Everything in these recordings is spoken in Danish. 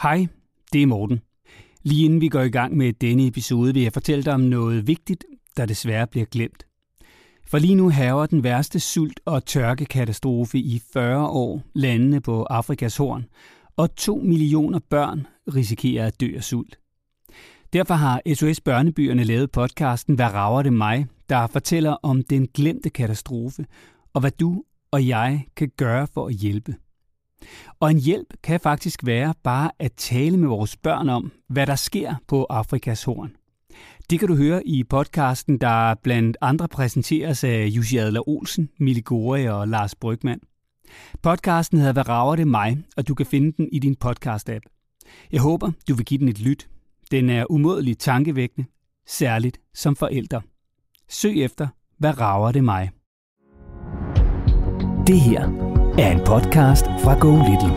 Hej, det er Morten. Lige inden vi går i gang med denne episode, vil jeg fortælle dig om noget vigtigt, der desværre bliver glemt. For lige nu hærger den værste sult- og tørkekatastrofe i 40 år landene på Afrikas Horn, og 2 millioner børn risikerer at dø af sult. Derfor har SOS Børnebyerne lavet podcasten Hvad rager det mig?, der fortæller om den glemte katastrofe, og hvad du og jeg kan gøre for at hjælpe. Og en hjælp kan faktisk være bare at tale med vores børn om, hvad der sker på Afrikas Horn. Det kan du høre i podcasten, der blandt andre præsenteres af Jussi Adler-Olsen, Mille Gore og Lars Brygmann. Podcasten hedder Hvad rager det mig?, og du kan finde den i din podcast-app. Jeg håber, du vil give den et lyt. Den er umådeligt tankevækkende, særligt som forældre. Søg efter Hvad rager det mig? Det her er en podcast fra Go Little.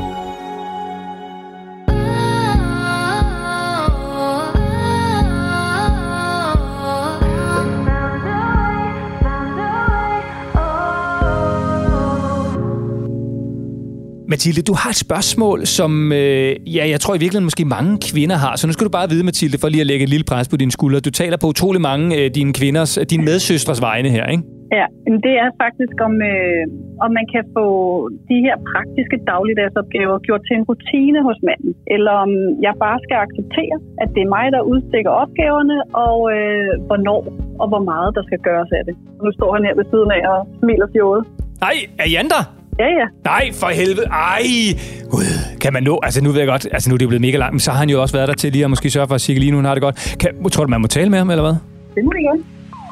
Mathilde, du har et spørgsmål, som jeg tror i virkeligheden måske mange kvinder har. Så nu skal du bare vide, Mathilde, for lige at lægge et lille pres på dine skuldre. Du taler på utrolig mange af dine medsøstres vegne her, ikke? Ja, det er faktisk om man kan få de her praktiske dagligdagsopgaver gjort til en rutine hos manden. Eller om jeg bare skal acceptere, at det er mig, der udstikker opgaverne, og hvornår og hvor meget der skal gøres af det. Nu står han her ved siden af og smiler fjollet. Nej, er Jan der? Ja. Nej, for helvede. Ej. Kan man nå? Altså nu ved jeg godt, nu er det blevet mega langt, men så har han jo også været der til lige at måske sørge for at sige lige nu, han har det godt. Tror du, man må tale med ham, eller hvad? Det må det gerne.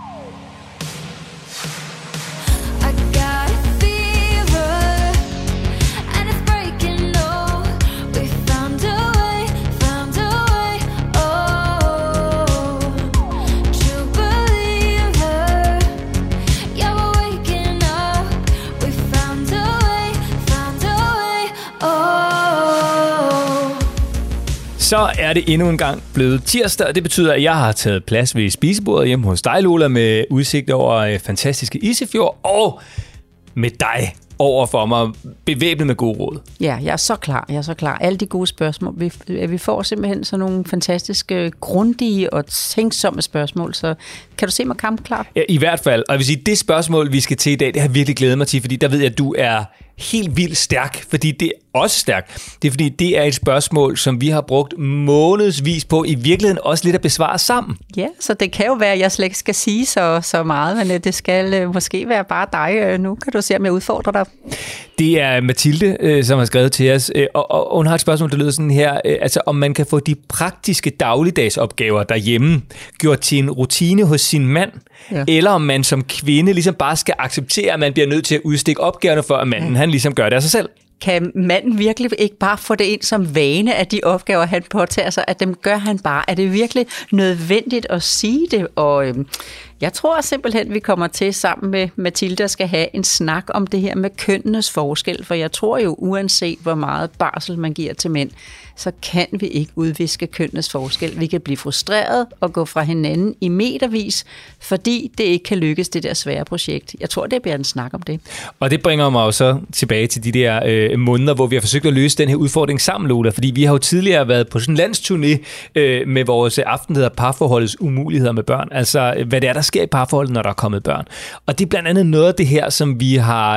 Så er det endnu en gang blevet tirsdag, og det betyder, at jeg har taget plads ved spisebordet hjemme hos dig, Lola, med udsigt over fantastiske Isefjord, og med dig over for mig, bevæbnet med gode råd. Ja, jeg er så klar. Alle de gode spørgsmål. Vi får simpelthen sådan nogle fantastiske, grundige og tænksomme spørgsmål, så kan du se mig kampklar? Ja, i hvert fald. Og jeg vil sige, det spørgsmål, vi skal til i dag, det har jeg virkelig glædet mig til, fordi der ved jeg, at du er helt vildt stærk, fordi det er også stærkt. Det er fordi, det er et spørgsmål, som vi har brugt månedsvis på, i virkeligheden også lidt at besvare sammen. Ja, så det kan jo være, at jeg slet ikke skal sige så meget, men det skal måske være bare dig. Nu kan du se, om jeg udfordrer dig. Det er Mathilde, som har skrevet til os, og hun har et spørgsmål, der lyder sådan her, altså om man kan få de praktiske dagligdagsopgaver derhjemme gjort til en rutine hos sin mand, eller om man som kvinde ligesom bare skal acceptere, at man bliver nødt til at udstikke opgaverne for, at manden han ligesom gør det af sig selv. Kan manden virkelig ikke bare få det ind som vane, at de opgaver, han påtager sig, at dem gør han bare? Er det virkelig nødvendigt at sige det? Og jeg tror simpelthen, vi kommer til sammen med Mathilde skal have en snak om det her med kønnenes forskel. For jeg tror jo, uanset hvor meget barsel man giver til mænd, så kan vi ikke udviske kønnenes forskel. Vi kan blive frustreret og gå fra hinanden i metervis, fordi det ikke kan lykkes, det der svære projekt. Jeg tror, det bliver en snak om det. Og det bringer mig jo så tilbage til de der måneder, hvor vi har forsøgt at løse den her udfordring sammen, Lola. Fordi vi har jo tidligere været på sådan en landsturné med vores aften, der hedder Parforholdets umuligheder med børn. Altså, hvad det er, der sker i parforholdet, når der er kommet børn. Og det er blandt andet noget af det her, som vi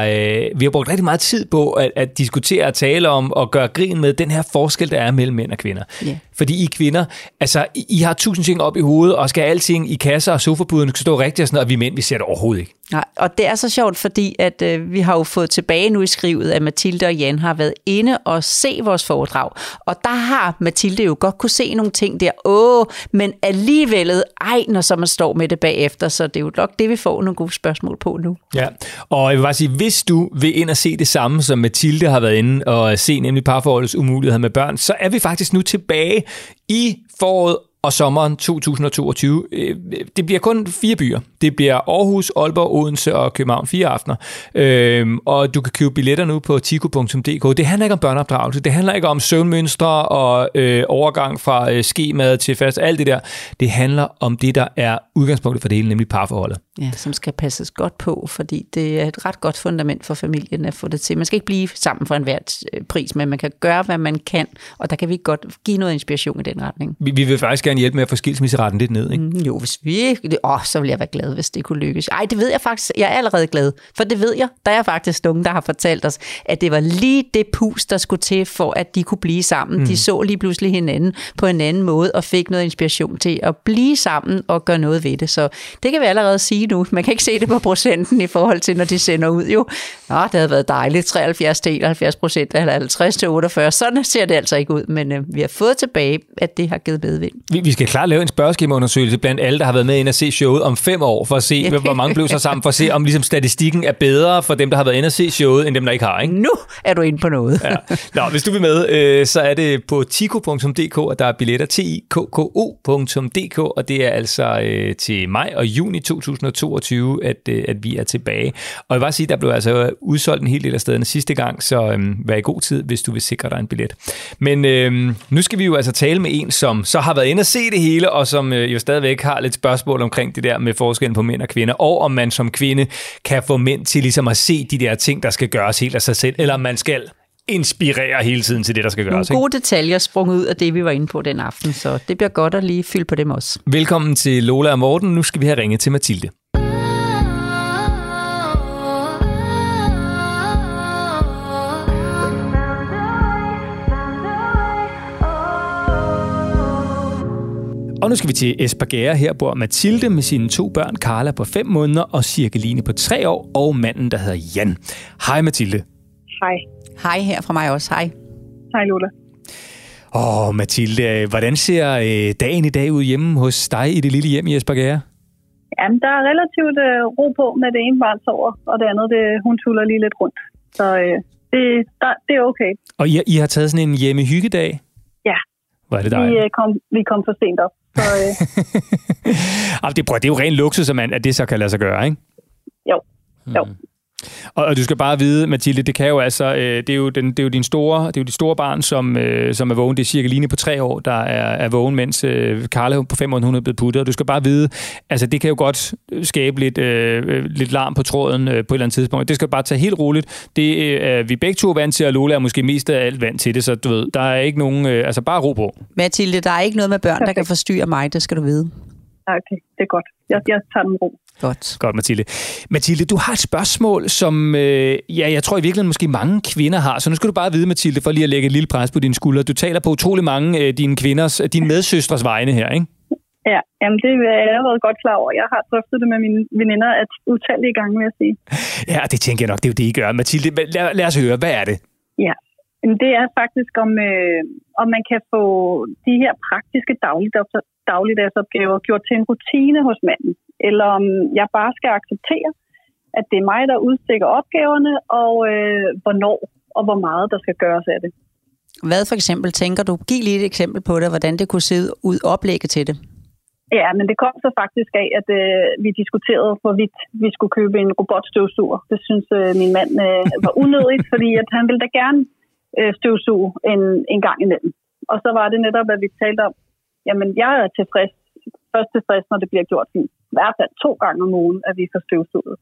har brugt rigtig meget tid på at diskutere og tale om og gøre grin med den her forskel, der er mellem mænd og kvinder. Yeah. Fordi I kvinder, altså I har 1000 ting op i hovedet, og skal alting i kasser og sofapuderne skal stå rigtigt og sådan noget, og vi mænd, vi ser det overhovedet ikke. Nej, og det er så sjovt, fordi at vi har jo fået tilbage nu i skrivet, at Mathilde og Jan har været inde og se vores foredrag. Og der har Mathilde jo godt kunne se nogle ting der. Men alligevel, når så man står med det bagefter, så det er jo nok det, vi får nogle gode spørgsmål på nu. Ja, og jeg vil bare sige, hvis du vil ind og se det samme, som Mathilde har været inde og se, nemlig Parforholdets umuligheder med børn, så er vi faktisk nu tilbage i foråret og sommeren 2022. Det bliver kun 4 byer. Det bliver Aarhus, Aalborg, Odense og København 4 aftener. Og du kan købe billetter nu på tico.dk. Det handler ikke om børneopdragelse. Det handler ikke om søvnmønstre og overgang fra skemaet til fast. Alt det der. Det handler om det, der er udgangspunktet for det hele, nemlig parforholdet. Ja, som skal passes godt på, fordi det er et ret godt fundament for familien at få det til. Man skal ikke blive sammen for enhver pris, men man kan gøre, hvad man kan, og der kan vi godt give noget inspiration i den retning. Vi vil faktisk gerne hjælpe med at få skilsmisseretten lidt ned, ikke? Jo, hvis vi ikke... så vil jeg være glad, hvis det kunne lykkes. Ej, det ved jeg faktisk. Jeg er allerede glad, for det ved jeg. Der er faktisk nogen, der har fortalt os, at det var lige det pus, der skulle til, for at de kunne blive sammen. De så lige pludselig hinanden på en anden måde, og fik noget inspiration til at blive sammen og gøre noget ved det. Så det kan vi allerede sige nu. Man kan ikke se det på procenten i forhold til, når de sender ud jo. Det havde været dejligt. 73-71% eller 50-48%. Sådan ser det altså ikke ud, men vi har fået tilbage, at det har givet medvind. Vi skal klart lave en spørgeskemaundersøgelse blandt alle, der har været med ind og se showet om 5 år, for at se, hvor mange blev så sammen, for at se, om ligesom statistikken er bedre for dem, der har været inde og se showet, end dem, der ikke har, ikke? Nu er du inde på noget. Ja. Nå, hvis du vil med, så er det på tico.dk, og der er billetter tikko.dk, og det er altså til maj og juni 2022, at vi er tilbage. Og jeg vil bare sige, der blev altså udsolgt en hel del af stederne sidste gang, så vær i god tid, hvis du vil sikre dig en billet. Men nu skal vi jo altså tale med en, som så har været inde og se det hele, og som jo stadigvæk har lidt spørgsmål omkring det der med forskellen på mænd og kvinder, og om man som kvinde kan få mænd til ligesom at se de der ting, der skal gøres helt af sig selv, eller om man skal inspirere hele tiden til det, der skal gøres. Nogle gode detaljer sprunget ud af det, vi var inde på den aften, så det bliver godt at lige fylde på dem også. Velkommen til Lola og Morten. Nu skal vi have ringet til Mathilde. Og nu skal vi til Espergærde. Her bor Mathilde med sine 2 børn, Carla på 5 måneder og Cirkeline på 3 år, og manden, der hedder Jan. Hej Mathilde. Hej. Hej her fra mig også. Hej. Hej Lola. Mathilde, hvordan ser dagen i dag ud hjemme hos dig i det lille hjem i Espergærde? Jamen, der er relativt ro på med det ene barn sover, og det andet, hun tuller lige lidt rundt. Så det er okay. Og I har taget sådan en hjemmehyggedag? Ja. Hvor er det dejligt? Vi kom for sent op. Så, det er jo ren luksus, at det så kan lade sig gøre, ikke? Jo. Og du skal bare vide, Mathilde, det kan jo altså, det er jo dit store barn, som er vågen. Det er Cirkeline på 3 år, der er vågen, mens Carla på 5 år, hun er blevet puttet. Og du skal bare vide, altså det kan jo godt skabe lidt larm på tråden på et eller andet tidspunkt. Det skal bare tage helt roligt. Det er vi begge to vant til, og Lola er måske mest af alt vant til det, så du ved, der er ikke nogen, bare ro på. Mathilde, der er ikke noget med børn, der kan forstyrre mig, det skal du vide. Okay, det er godt. Jeg tager den ro. Godt, Mathilde. Mathilde, du har et spørgsmål, som jeg tror i virkeligheden måske mange kvinder har. Så nu skal du bare vide, Mathilde, for lige at lægge et lille pres på dine skuldre. Du taler på utrolig mange dine medsøstres vegne her, ikke? Ja, jamen det er jeg allerede godt klar over. Jeg har drøftet det med mine veninder utallige gange, vil jeg sige. Ja, det tænker jeg nok, det er jo det, I gør. Mathilde, lad os høre, hvad er det? Ja, det er faktisk om man kan få de her praktiske dagligdagsopgaver gjort til en rutine hos manden. Eller om jeg bare skal acceptere, at det er mig, der udstikker opgaverne, og hvornår og hvor meget der skal gøres af det. Hvad for eksempel tænker du? Giv lige et eksempel på det, hvordan det kunne se ud oplægget til det. Ja, men det kom så faktisk af, at vi diskuterede, hvorvidt vi skulle købe en robotstøvsuger. Det synes min mand var unødigt, fordi at han ville da gerne støvsuge en gang imellem. Og så var det netop, at vi talte om, jamen jeg er først tilfreds, når det bliver gjort i hvert fald 2 gange om ugen, at vi får støvsuget.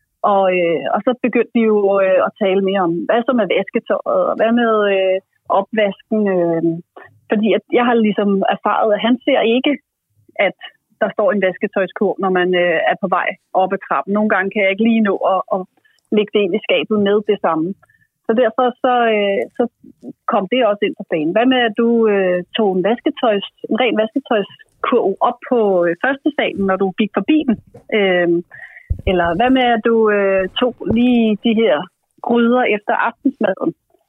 Og så begyndte vi jo at tale mere om, hvad så med vasketøjet, og hvad med opvasken. Fordi at jeg har ligesom erfaret, at han ser ikke, at der står en vasketøjskurv, når man er på vej op ad trappen. Nogle gange kan jeg ikke lige nå at lægge det ind i skabet med det samme. Så derfor så kom det også ind på banen. Hvad med, at du tog en ren vasketøjskurv op på første salen, når du gik forbi den? Eller hvad med, at du tog lige de her gryder efter aftensmaden?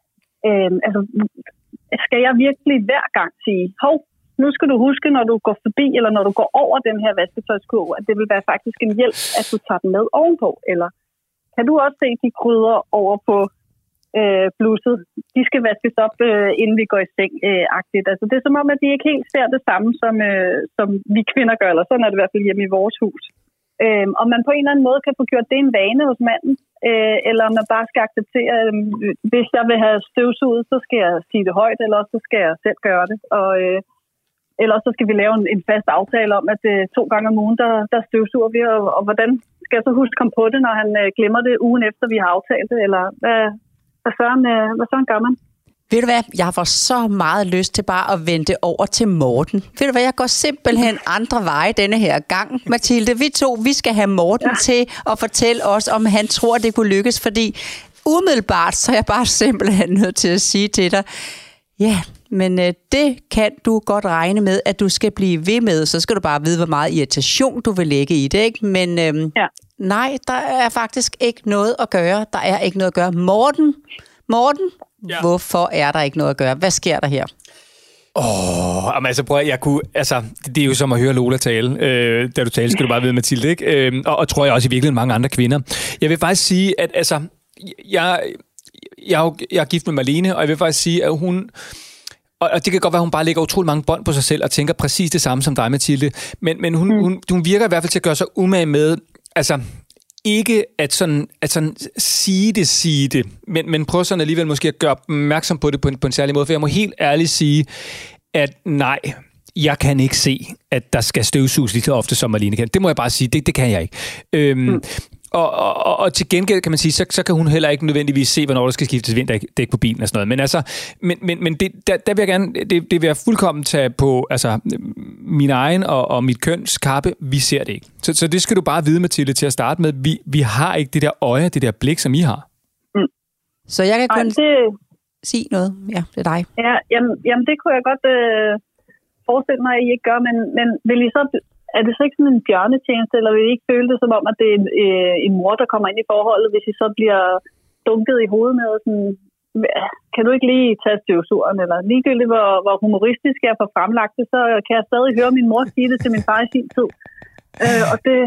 Skal jeg virkelig hver gang sige, hov, nu skal du huske, når du går forbi, eller når du går over den her vasketøjskurv, at det vil være faktisk en hjælp, at du tager den med ovenpå? Eller kan du også se de gryder over på blusset. De skal vaskes op, inden vi går i seng, agtigt. Altså, det er som om, at de ikke helt ser det samme, som vi kvinder gør, eller sådan er det i hvert fald hjemme i vores hus. Om man på en eller anden måde kan få gjort det en vane hos manden, eller om man bare skal acceptere, hvis jeg vil have støvsuget, så skal jeg sige det højt, eller så skal jeg selv gøre det. Eller så skal vi lave en fast aftale om, at 2 gange om ugen, der støvsuger vi, og hvordan skal jeg så huske komme på det, når han glemmer det ugen efter, vi har aftalt det, eller hvad sådan gør man? Ved du hvad, jeg får så meget lyst til bare at vende det over til Morten. Ved du hvad, jeg går simpelthen andre veje denne her gang, Mathilde. Vi skal have Morten til at fortælle os, om han tror, det kunne lykkes, fordi umiddelbart, så er jeg bare simpelthen nødt til at sige til dig, ja, men det kan du godt regne med, at du skal blive ved med. Så skal du bare vide, hvor meget irritation du vil lægge i det, ikke? Men nej, der er faktisk ikke noget at gøre. Der er ikke noget at gøre. Morten, ja. Hvorfor er der ikke noget at gøre? Hvad sker der her? Det er jo som at høre Lola tale. Da du talte, skal du bare vide, Mathilde, ikke? Og tror jeg også i virkeligheden mange andre kvinder. Jeg vil faktisk sige, at jeg er gift med Marlene, og jeg vil faktisk sige, at hun... Og det kan godt være, at hun bare lægger utrolig mange bånd på sig selv og tænker præcis det samme som dig, Mathilde. Men hun virker i hvert fald til at gøre sig umage med... ikke at sådan sige det, men prøv sådan alligevel måske at gøre opmærksom på det på en særlig måde, for jeg må helt ærligt sige, at nej, jeg kan ikke se, at der skal støvsuges lige så ofte, som Marlene kan. Det må jeg bare sige, det kan jeg ikke. Og til gengæld kan man sige, så kan hun heller ikke nødvendigvis se, hvornår der skal skiftes vinterdæk på bilen og sådan noget. Men der vil jeg gerne, det vil jeg fuldkommen tage på min egen og mit køns kappe. Vi ser det ikke. Så det skal du bare vide, Mathilde, til at starte med. Vi har ikke det der øje, det der blik, som I har. Så jeg kan kun sige noget. Ja, det er dig. Ja, jamen det kunne jeg godt forestille mig, at I ikke gør, men vil I så... Er det så ikke sådan en bjørnetjeneste, eller vil I ikke føle det som om, at det er en mor, der kommer ind i forholdet, hvis I så bliver dunket i hovedet med sådan, kan du ikke lige tage støvsugeren, eller ligegyldigt hvor humoristisk jeg får fremlagt det, så kan jeg stadig høre min mor sige det til min far i sin tid. Og det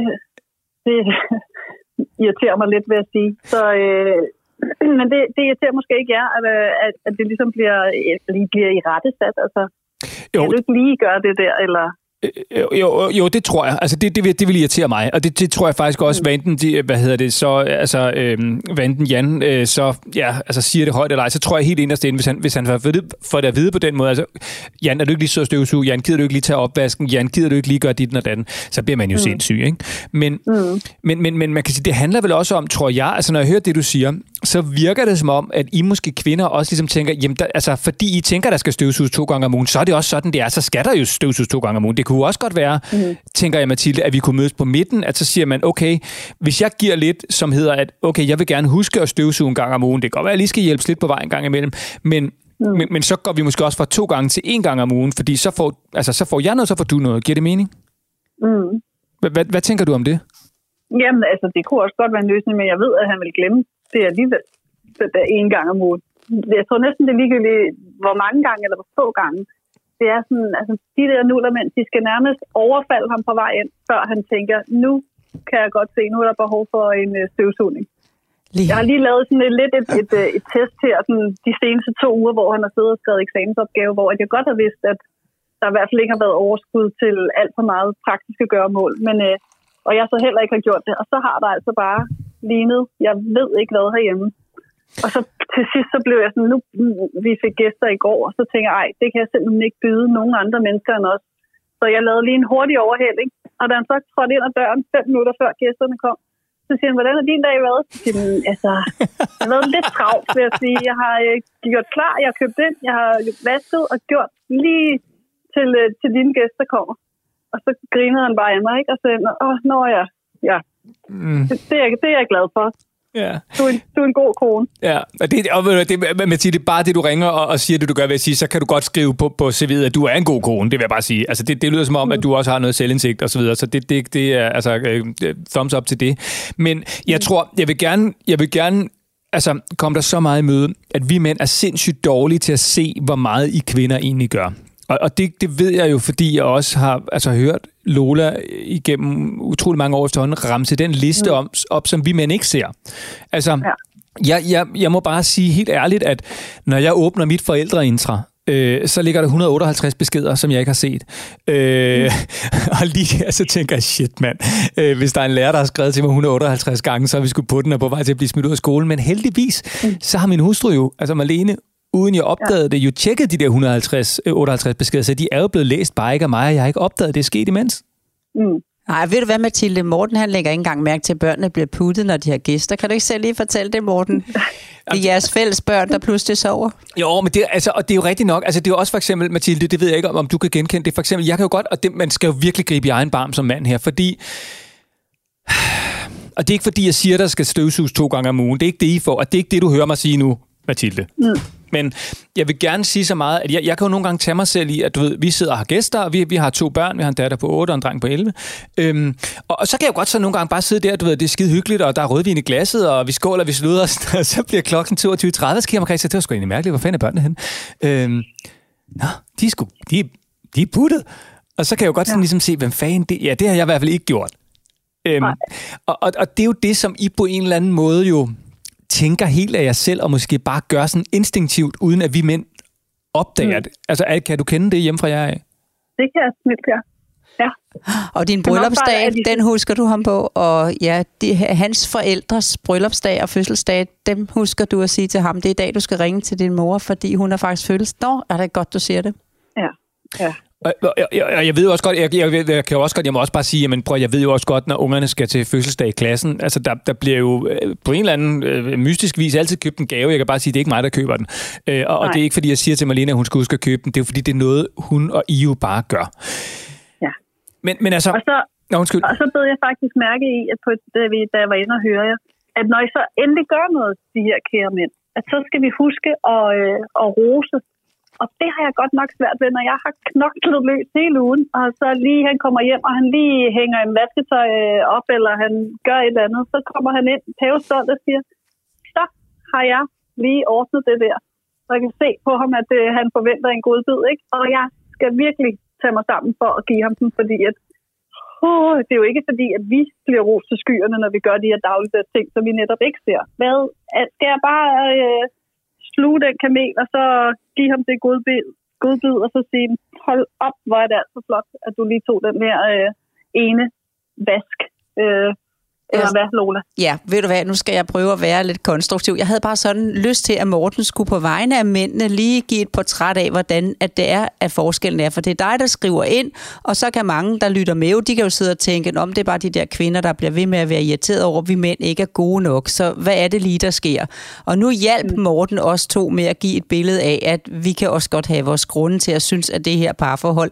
irriterer mig lidt, vil jeg sige. Så, men det irriterer måske ikke jer, at det ligesom bliver i rettesat, altså. Jo. Kan du ikke lige gøre det der, eller... Jo, det tror jeg. Altså det vil irritere mig, og det tror jeg faktisk også, hvad enten Jan så siger det højt eller ej, så tror jeg helt inderst inde, hvis han får det at vide på den måde, altså Jan, er du ikke lige så støvsug? Jan, gider du ikke lige tage opvasken? Jan, gider du ikke lige gøre dit og datten? Så bliver man jo sindssyg, ikke? Men man kan sige, det handler vel også om, tror jeg, altså når jeg hører det, du siger, så virker det som om, at I måske kvinder også ligesom tænker, jamen fordi I tænker, der skal støvsuges 2 gange om ugen, så er det også sådan, det er, så skal der jo støvsuges 2 gange om ugen. Det kunne også godt være, tænker jeg, Mathilde, at vi kunne mødes på midten, at så siger man, okay, hvis jeg giver lidt, som hedder, at okay, jeg vil gerne huske at støvsuge en gang om ugen, det kan godt være, at jeg lige skal hjælpe lidt på vej en gang imellem, men så går vi måske også fra 2 gange til 1 gang om ugen, fordi så får jeg noget, så får du noget. Giver det mening? Hvad tænker du om det? Jamen, det kunne også godt være en løsning, men jeg ved, at han vil glemme det alligevel, der 1 gang om ugen. Jeg tror næsten, det er ligegyldigt, hvor mange gange eller hvor få gange. Det er sådan, de der nullermænd, de skal nærmest overfalde ham på vej ind, før han tænker, nu kan jeg godt se, nu er der behov for en støvsugning. Jeg har lige lavet sådan et test her, sådan de seneste 2 uger, hvor han har siddet og skrevet eksamensopgave, hvor jeg godt har vidst, at der i hvert fald ikke har været overskud til alt for meget praktiske gøremål, og jeg så heller ikke har gjort det. Og så har der altså bare lignet, jeg ved ikke hvad herhjemme. Og så til sidst, så blev jeg sådan, nu vi fik gæster i går, og så tænker jeg, det kan jeg simpelthen ikke byde nogen andre mennesker end os. Så jeg lavede lige en hurtig overhældning, og da han så trådte ind ad døren 5 minutter før gæsterne kom, så siger han, hvordan er din dag været? Så siger han, jeg har været lidt travlt, vil jeg sige. Jeg har gjort klar, jeg har købt ind, jeg har vasket og gjort lige til dine gæster kommer. Og så grinede han bare af mig, ikke? Og så ja. Det er jeg glad for. Ja. Du er en god kone. Ja, og Mathilde, bare det du ringer og siger det du gør, vil jeg sige, så kan du godt skrive på CV'et, at du er en god kone, det vil jeg bare sige. Altså det lyder som om, at du også har noget selvindsigt og så videre, så det er thumbs up til det. Men jeg tror, jeg vil gerne komme der så meget i møde, at vi mænd er sindssygt dårlige til at se, hvor meget I kvinder egentlig gør. Og det ved jeg jo, fordi jeg også har hørt Lola igennem utrolig mange år efterhånden ramse den liste op, som vi mænd ikke ser. Jeg må bare sige helt ærligt, at når jeg åbner mit forældreintra, så ligger der 158 beskeder, som jeg ikke har set. Og lige der, så tænker jeg, shit mand, hvis der er en lærer, der har skrevet til mig 158 gange, så er vi sgu på den og på vej til at blive smidt ud af skolen. Men heldigvis, så har min hustru jo, altså Marlene, uden jeg opdagede det, jo tjekket de der 158 beskeder, så de er jo blevet læst bare ikke af mig, og jeg har ikke opdaget, det er sket imens. Nej, ved du hvad, Mathilde? Morten, han lægger ikke engang mærke til, at børnene bliver puttet, når de har gæster. Kan du ikke selv lige fortælle det, Morten? Det er jeres fælles børn, der pludselig sover. Jo, men det, altså, og det er jo rigtigt nok. Altså, det er jo også for eksempel, Mathilde, det ved jeg ikke, om du kan genkende det. For eksempel, jeg kan jo godt, og det, man skal jo virkelig gribe i egen barm som mand her, fordi... Og det er ikke fordi, jeg siger, der skal støvsuges 2 gange om ugen. Det er ikke det, I får, og det er ikke det, du hører mig sige nu, Mathilde. Men jeg vil gerne sige så meget, at jeg kan jo nogle gange tage mig selv i, at du ved, vi sidder og har gæster, og vi har 2 børn, vi har en datter på 8 og en dreng på 11. Og så kan jeg jo godt så nogle gange bare sidde der, du ved, det er skide hyggeligt, og der er rødvin i glasset, og vi skåler, vi slutter, og så bliver klokken 22:30, så kigger man det var sgu egentlig mærkeligt, hvor fanden er børnene henne? De er puttet. Og så kan jeg jo godt sådan ligesom se, hvem fanden det er. Ja, det har jeg i hvert fald ikke gjort. Og det er jo det, som I på en eller anden måde jo tænker helt af jer selv, og måske bare gør sådan instinktivt, uden at vi mænd opdager det. Altså, kan du kende det hjemme fra jer af? Det kan jeg smidt, ja. Og din bryllupsdag, den husker du ham på, og ja, hans forældres bryllupsdag og fødselsdag, dem husker du at sige til ham, det er i dag, du skal ringe til din mor, fordi hun har faktisk fødselsdag. Nå, er det godt, du siger det? Ja. Og jeg ved jo også godt, jeg må også bare sige, jamen prøv, jeg ved jo også godt, når ungerne skal til fødselsdag i klassen, altså der bliver jo på en eller anden mystisk vis altid købt en gave. Jeg kan bare sige, det er ikke mig, der køber den. Og det er ikke, fordi jeg siger til Marlene, at hun skal huske at købe den. Det er jo, fordi det er noget, hun og I jo bare gør. Ja. Men altså... Og så bed jeg faktisk mærke i, at da jeg var inde og høre jer, at når I så endelig gør noget, de her kære mænd, at så skal vi huske at rose. Og det har jeg godt nok svært ved, når jeg har knoklet løs hele ugen, og så lige han kommer hjem, og han lige hænger en vasketøj op, eller han gør et eller andet, så kommer han ind, pævestolt og siger, så har jeg lige ordnet det der. Og jeg kan se på ham, at han forventer en god bid, ikke? Og jeg skal virkelig tage mig sammen for at give ham den, fordi at, det er jo ikke fordi, at vi bliver rost til skyerne, når vi gør de her dagligdags ting, som vi netop ikke ser. Skal jeg bare... sluge den kamel, og så give ham det godbid, og så sige, hold op, hvor er det altså flot, at du lige tog den her ene vask. Eller hvad, Lola? Ja, ved du hvad, nu skal jeg prøve at være lidt konstruktiv. Jeg havde bare sådan lyst til, at Morten skulle på vegne af mændene lige give et portræt af, hvordan at det er, at forskellen er. For det er dig, der skriver ind, og så kan mange, der lytter med, de kan jo sidde og tænke, om det er bare de der kvinder, der bliver ved med at være irriteret over, at vi mænd ikke er gode nok. Så hvad er det lige, der sker? Og nu hjalp Morten os 2 med at give et billede af, at vi kan også godt have vores grunde til at synes, at det her parforhold,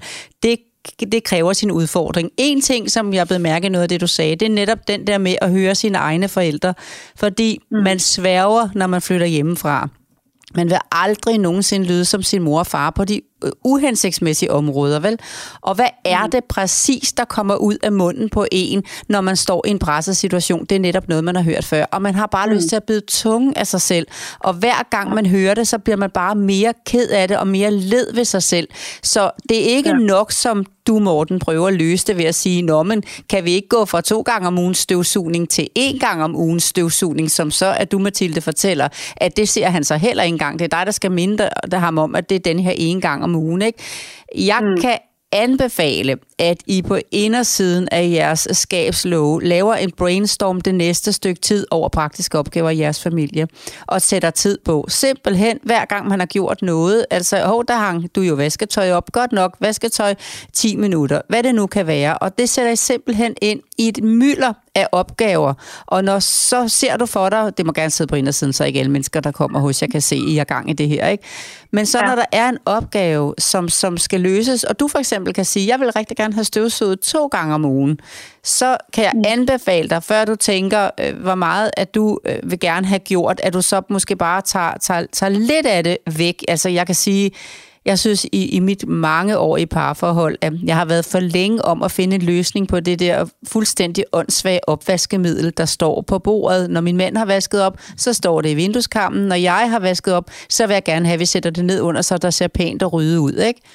det kræver sin udfordring. En ting, som jeg blev mærke noget af det, du sagde, det er netop den der med at høre sine egne forældre, fordi man sværger, når man flytter hjemmefra. Man vil aldrig nogensinde lyde som sin mor og far på de uhensigtsmæssige områder, vel? Og hvad er det præcis, der kommer ud af munden på en, når man står i en presset situation? Det er netop noget, man har hørt før. Og man har bare lyst til at bide tungen af sig selv. Og hver gang man hører det, så bliver man bare mere ked af det og mere led ved sig selv. Så det er ikke nok, som du, Morten, prøver at løse det ved at sige, nå, men kan vi ikke gå fra 2 gange om ugens støvsugning til 1 gang om ugens støvsugning, som så, at du, Mathilde, fortæller, at det ser han så heller ikke engang. Det er dig, der skal minde ham om, at det er den her 1 gang om ugen, ikke? Jeg kan anbefale, at I på indersiden af jeres skabslåge laver en brainstorm det næste stykke tid over praktiske opgaver i jeres familie, og sætter tid på. Simpelthen, hver gang man har gjort noget, altså, der hang du jo vasketøj op, godt nok, vasketøj 10 minutter, hvad det nu kan være, og det sætter I simpelthen ind i et mylder af opgaver, og når så ser du for dig, det må gerne sidde på indersiden, så ikke alle mennesker, der kommer hos jer, kan se, I er gang i det her, ikke? Men så når der er en opgave, som skal løses, og du for eksempel kan sige, jeg vil rigtig gerne have støvsuget 2 gange om ugen, så kan jeg anbefale dig, før du tænker, hvor meget at du vil gerne have gjort, at du så måske bare tager lidt af det væk. Altså jeg kan sige, jeg synes i mit mange år i parforhold, at jeg har været for længe om at finde en løsning på det der fuldstændig åndssvage opvaskemiddel, der står på bordet. Når min mand har vasket op, så står det i vindueskarmen. Når jeg har vasket op, så vil jeg gerne have, at vi sætter det ned under, så der ser pænt og ryddet ud, ikke?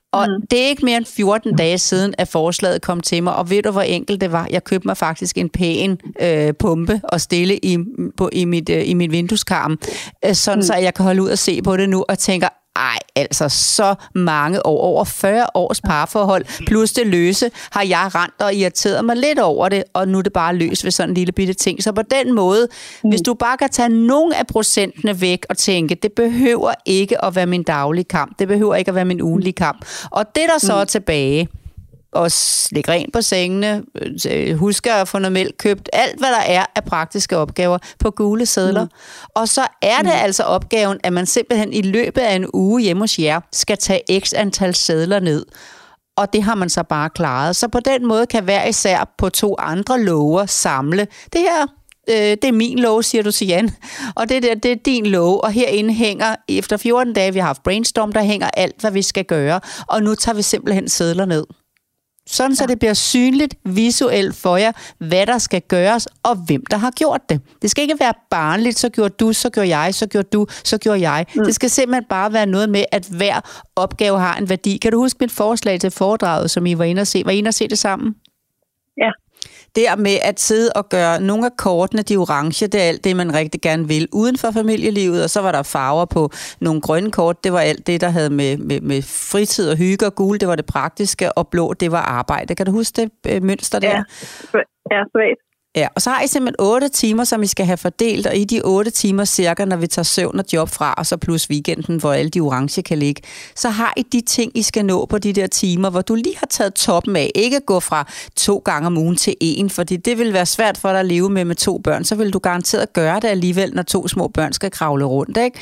Og det er ikke mere end 14 dage siden, at forslaget kom til mig, og ved du, hvor enkelt det var? Jeg købte mig faktisk en pæn pumpe og stille i mit vindueskarm, sådan så jeg kan holde ud og se på det nu, og tænker, altså så mange år, over 40 års parforhold, plus det løse, har jeg rendt og irriteret mig lidt over det, og nu er det bare løs ved sådan en lille bitte ting. Så på den måde, hvis du bare kan tage nogle af procentene væk og tænke, det behøver ikke at være min daglige kamp, det behøver ikke at være min ugenlige kamp. Og det, der så er tilbage, og lægge rent på sengene, husk at få noget mælk købt, alt hvad der er af praktiske opgaver på gule sedler. Og så er det altså opgaven, at man simpelthen i løbet af en uge hjemme hos jer, skal tage x antal sedler ned. Og det har man så bare klaret. Så på den måde kan hver især på 2 andre lover samle. Det her, det er min lov, siger du til Jan. Og det der, det er din lov. Og herinde hænger, efter 14 dage, vi har haft brainstorm, der hænger alt, hvad vi skal gøre. Og nu tager vi simpelthen sedler ned. Sådan så det bliver synligt visuelt for jer, hvad der skal gøres, og hvem der har gjort det. Det skal ikke være barnligt, så gjorde du, så gjorde jeg, så gjorde du, så gjorde jeg. Det skal simpelthen bare være noget med, at hver opgave har en værdi. Kan du huske mit forslag til foredraget, som I var inde at se? Var I inde at se det sammen? Ja. Der med at sidde og gøre nogle af kortene, de orange, det er alt det, man rigtig gerne vil uden for familielivet, og så var der farver på nogle grønne kort, det var alt det, der havde med fritid og hygge, og gul, det var det praktiske, og blå, det var arbejde. Kan du huske det mønster der? Ja, svagt. Ja, og så har I simpelthen 8 timer, som I skal have fordelt, og i de 8 timer cirka, når vi tager søvn og job fra, og så plus weekenden, hvor alle de orange kan ligge, så har I de ting, I skal nå på de der timer, hvor du lige har taget toppen af. Ikke gå fra 2 gange om ugen til 1, fordi det vil være svært for dig at leve med 2 børn. Så vil du garanteret gøre det alligevel, når 2 små børn skal kravle rundt, ikke?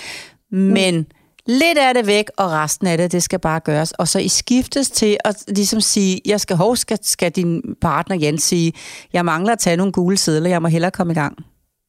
Men lidt af det væk, og resten af det skal bare gøres. Og så I skiftes til at ligesom sige, skal din partner Jens sige, jeg mangler at tage nogle gule sedler, jeg må hellere komme i gang.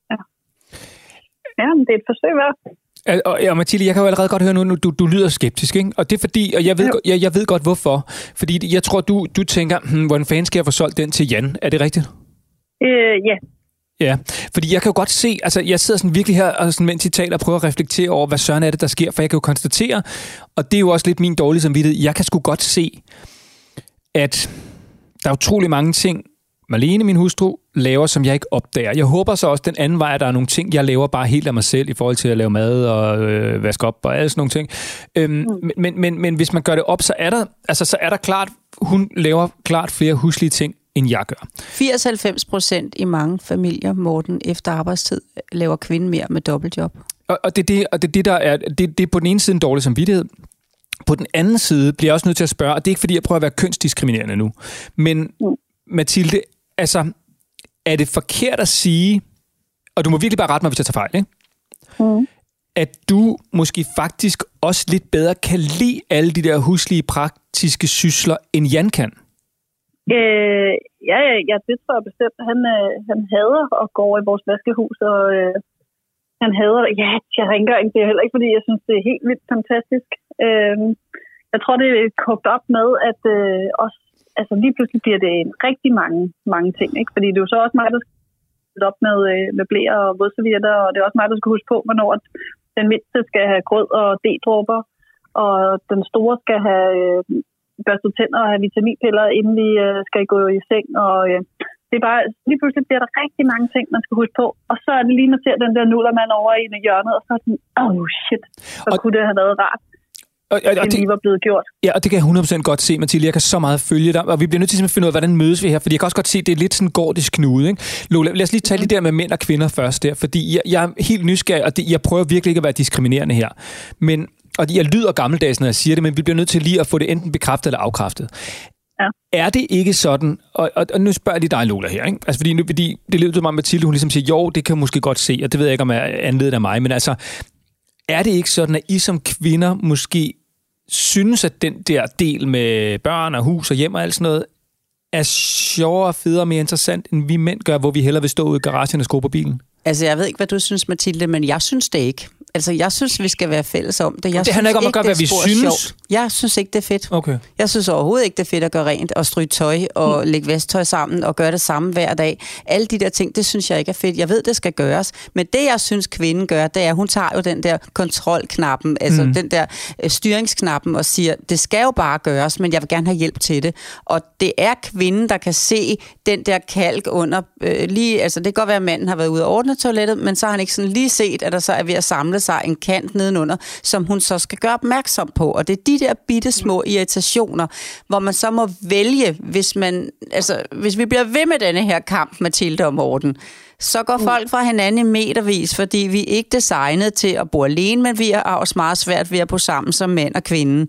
Ja, men det er et forsøg værd. Ja, Mathilde, jeg kan jo allerede godt høre nu, du lyder skeptisk, ikke? Og det er fordi, og jeg ved godt hvorfor. Fordi jeg tror, du tænker, hvordan fanden skal jeg få solgt den til Jan? Er det rigtigt? Ja. Ja, fordi jeg kan jo godt se, altså jeg sidder sådan virkelig her, og sådan, mens I taler og prøver at reflektere over, hvad søren er det, der sker, for jeg kan jo konstatere, og det er jo også lidt min dårlige samvittighed, jeg kan sgu godt se, at der er utrolig mange ting, Marlene, min hustru, laver, som jeg ikke opdager. Jeg håber så også den anden vej, at der er nogle ting, jeg laver bare helt af mig selv, i forhold til at lave mad og vaske op og alle sådan nogle ting. Men hvis man gør det op, så er der klart, hun laver klart flere huslige ting, end jeg gør. 80-90% i mange familier, Morten, efter arbejdstid, laver kvinden mere med dobbeltjob. Og det er det, der er, det er på den ene side en dårlig samvittighed. På den anden side bliver jeg også nødt til at spørge, og det er ikke fordi, jeg prøver at være kønsdiskriminerende nu, men Mathilde, altså, er det forkert at sige, og du må virkelig bare rette mig, hvis jeg tager fejl, ikke? At du måske faktisk også lidt bedre kan lide alle de der huslige, praktiske sysler, end Jan kan? Ja, det tror jeg bestemt. Han hader at gå over i vores vaskehus, og han hader, jeg rengøring, det er heller ikke, fordi jeg synes, det er helt vildt fantastisk. Jeg tror, det er kogt op med, at også, altså lige pludselig bliver det rigtig mange ting, ikke? Fordi det er jo så også mig, der skal op med blæer og vådservietter, og det er også mig, der skal huske på, hvornår den mindste skal have grød og D-dråber, og den store skal have børstet tænder og have vitaminpiller, inden vi skal gå i seng, og det er bare, lige pludselig bliver der rigtig mange ting, man skal huske på, og så er det lige, man ser den der nullermand over i hjørnet, og så er den, shit, så kunne det have været rart. Og det lige var blevet gjort. Ja, og det kan jeg 100% godt se, Mathilde. Jeg kan så meget følge dig, og vi bliver nødt til at finde ud af, hvordan mødes vi her, fordi jeg kan også godt se, at det er lidt sådan en gordisk knude, ikke? Lola, lad os lige tage det der med mænd og kvinder først der, fordi jeg er helt nysgerrig, og jeg prøver virkelig ikke at være diskriminerende her. Men, og jeg lyder gammeldags, når jeg siger det, men vi bliver nødt til lige at få det enten bekræftet eller afkræftet. Ja. Er det ikke sådan, og nu spørger jeg lige dig, Lola, her, ikke? Altså, fordi det lyder mig, Mathilde, hun ligesom siger, jo, det kan jeg måske godt se, og det ved jeg ikke, om jeg er anledet af mig, men altså, er det ikke sådan, at I som kvinder måske synes, at den der del med børn og hus og hjem og alt sådan noget, er sjovere, federe og mere interessant, end vi mænd gør, hvor vi hellere vil stå ude i garagen og skrue på bilen? Altså, jeg ved ikke, hvad du synes, Mathilde, men jeg synes det ikke. Altså, jeg synes, vi skal være fælles om det. Det handler ikke om at gøre, hvad vi synes. Sjovt. Jeg synes ikke, det er fedt. Okay. Jeg synes overhovedet ikke, det er fedt at gøre rent og stryge tøj og lægge vasktøj sammen og gøre det samme hver dag. Alle de der ting, det synes jeg ikke er fedt. Jeg ved, det skal gøres. Men det, jeg synes, kvinden gør, det er, hun tager jo den der kontrolknappen, altså den der styringsknappen og siger, det skal jo bare gøres, men jeg vil gerne have hjælp til det. Og det er kvinden, der kan se den der kalk under lige, altså det kan godt være, at manden har været ude og ordne toilettet, men så har han ikke sådan lige set, at der så er ved at samle sig en kant nedenunder, som hun så skal gøre opmærksom på. Og det er de der bitte små irritationer, hvor man så må vælge, hvis vi bliver ved med denne her kamp, Mathilde og Morten, så går folk fra hinanden i metervis, fordi vi er ikke designet til at bo alene, men vi er også meget svært ved at bo sammen som mænd og kvinde.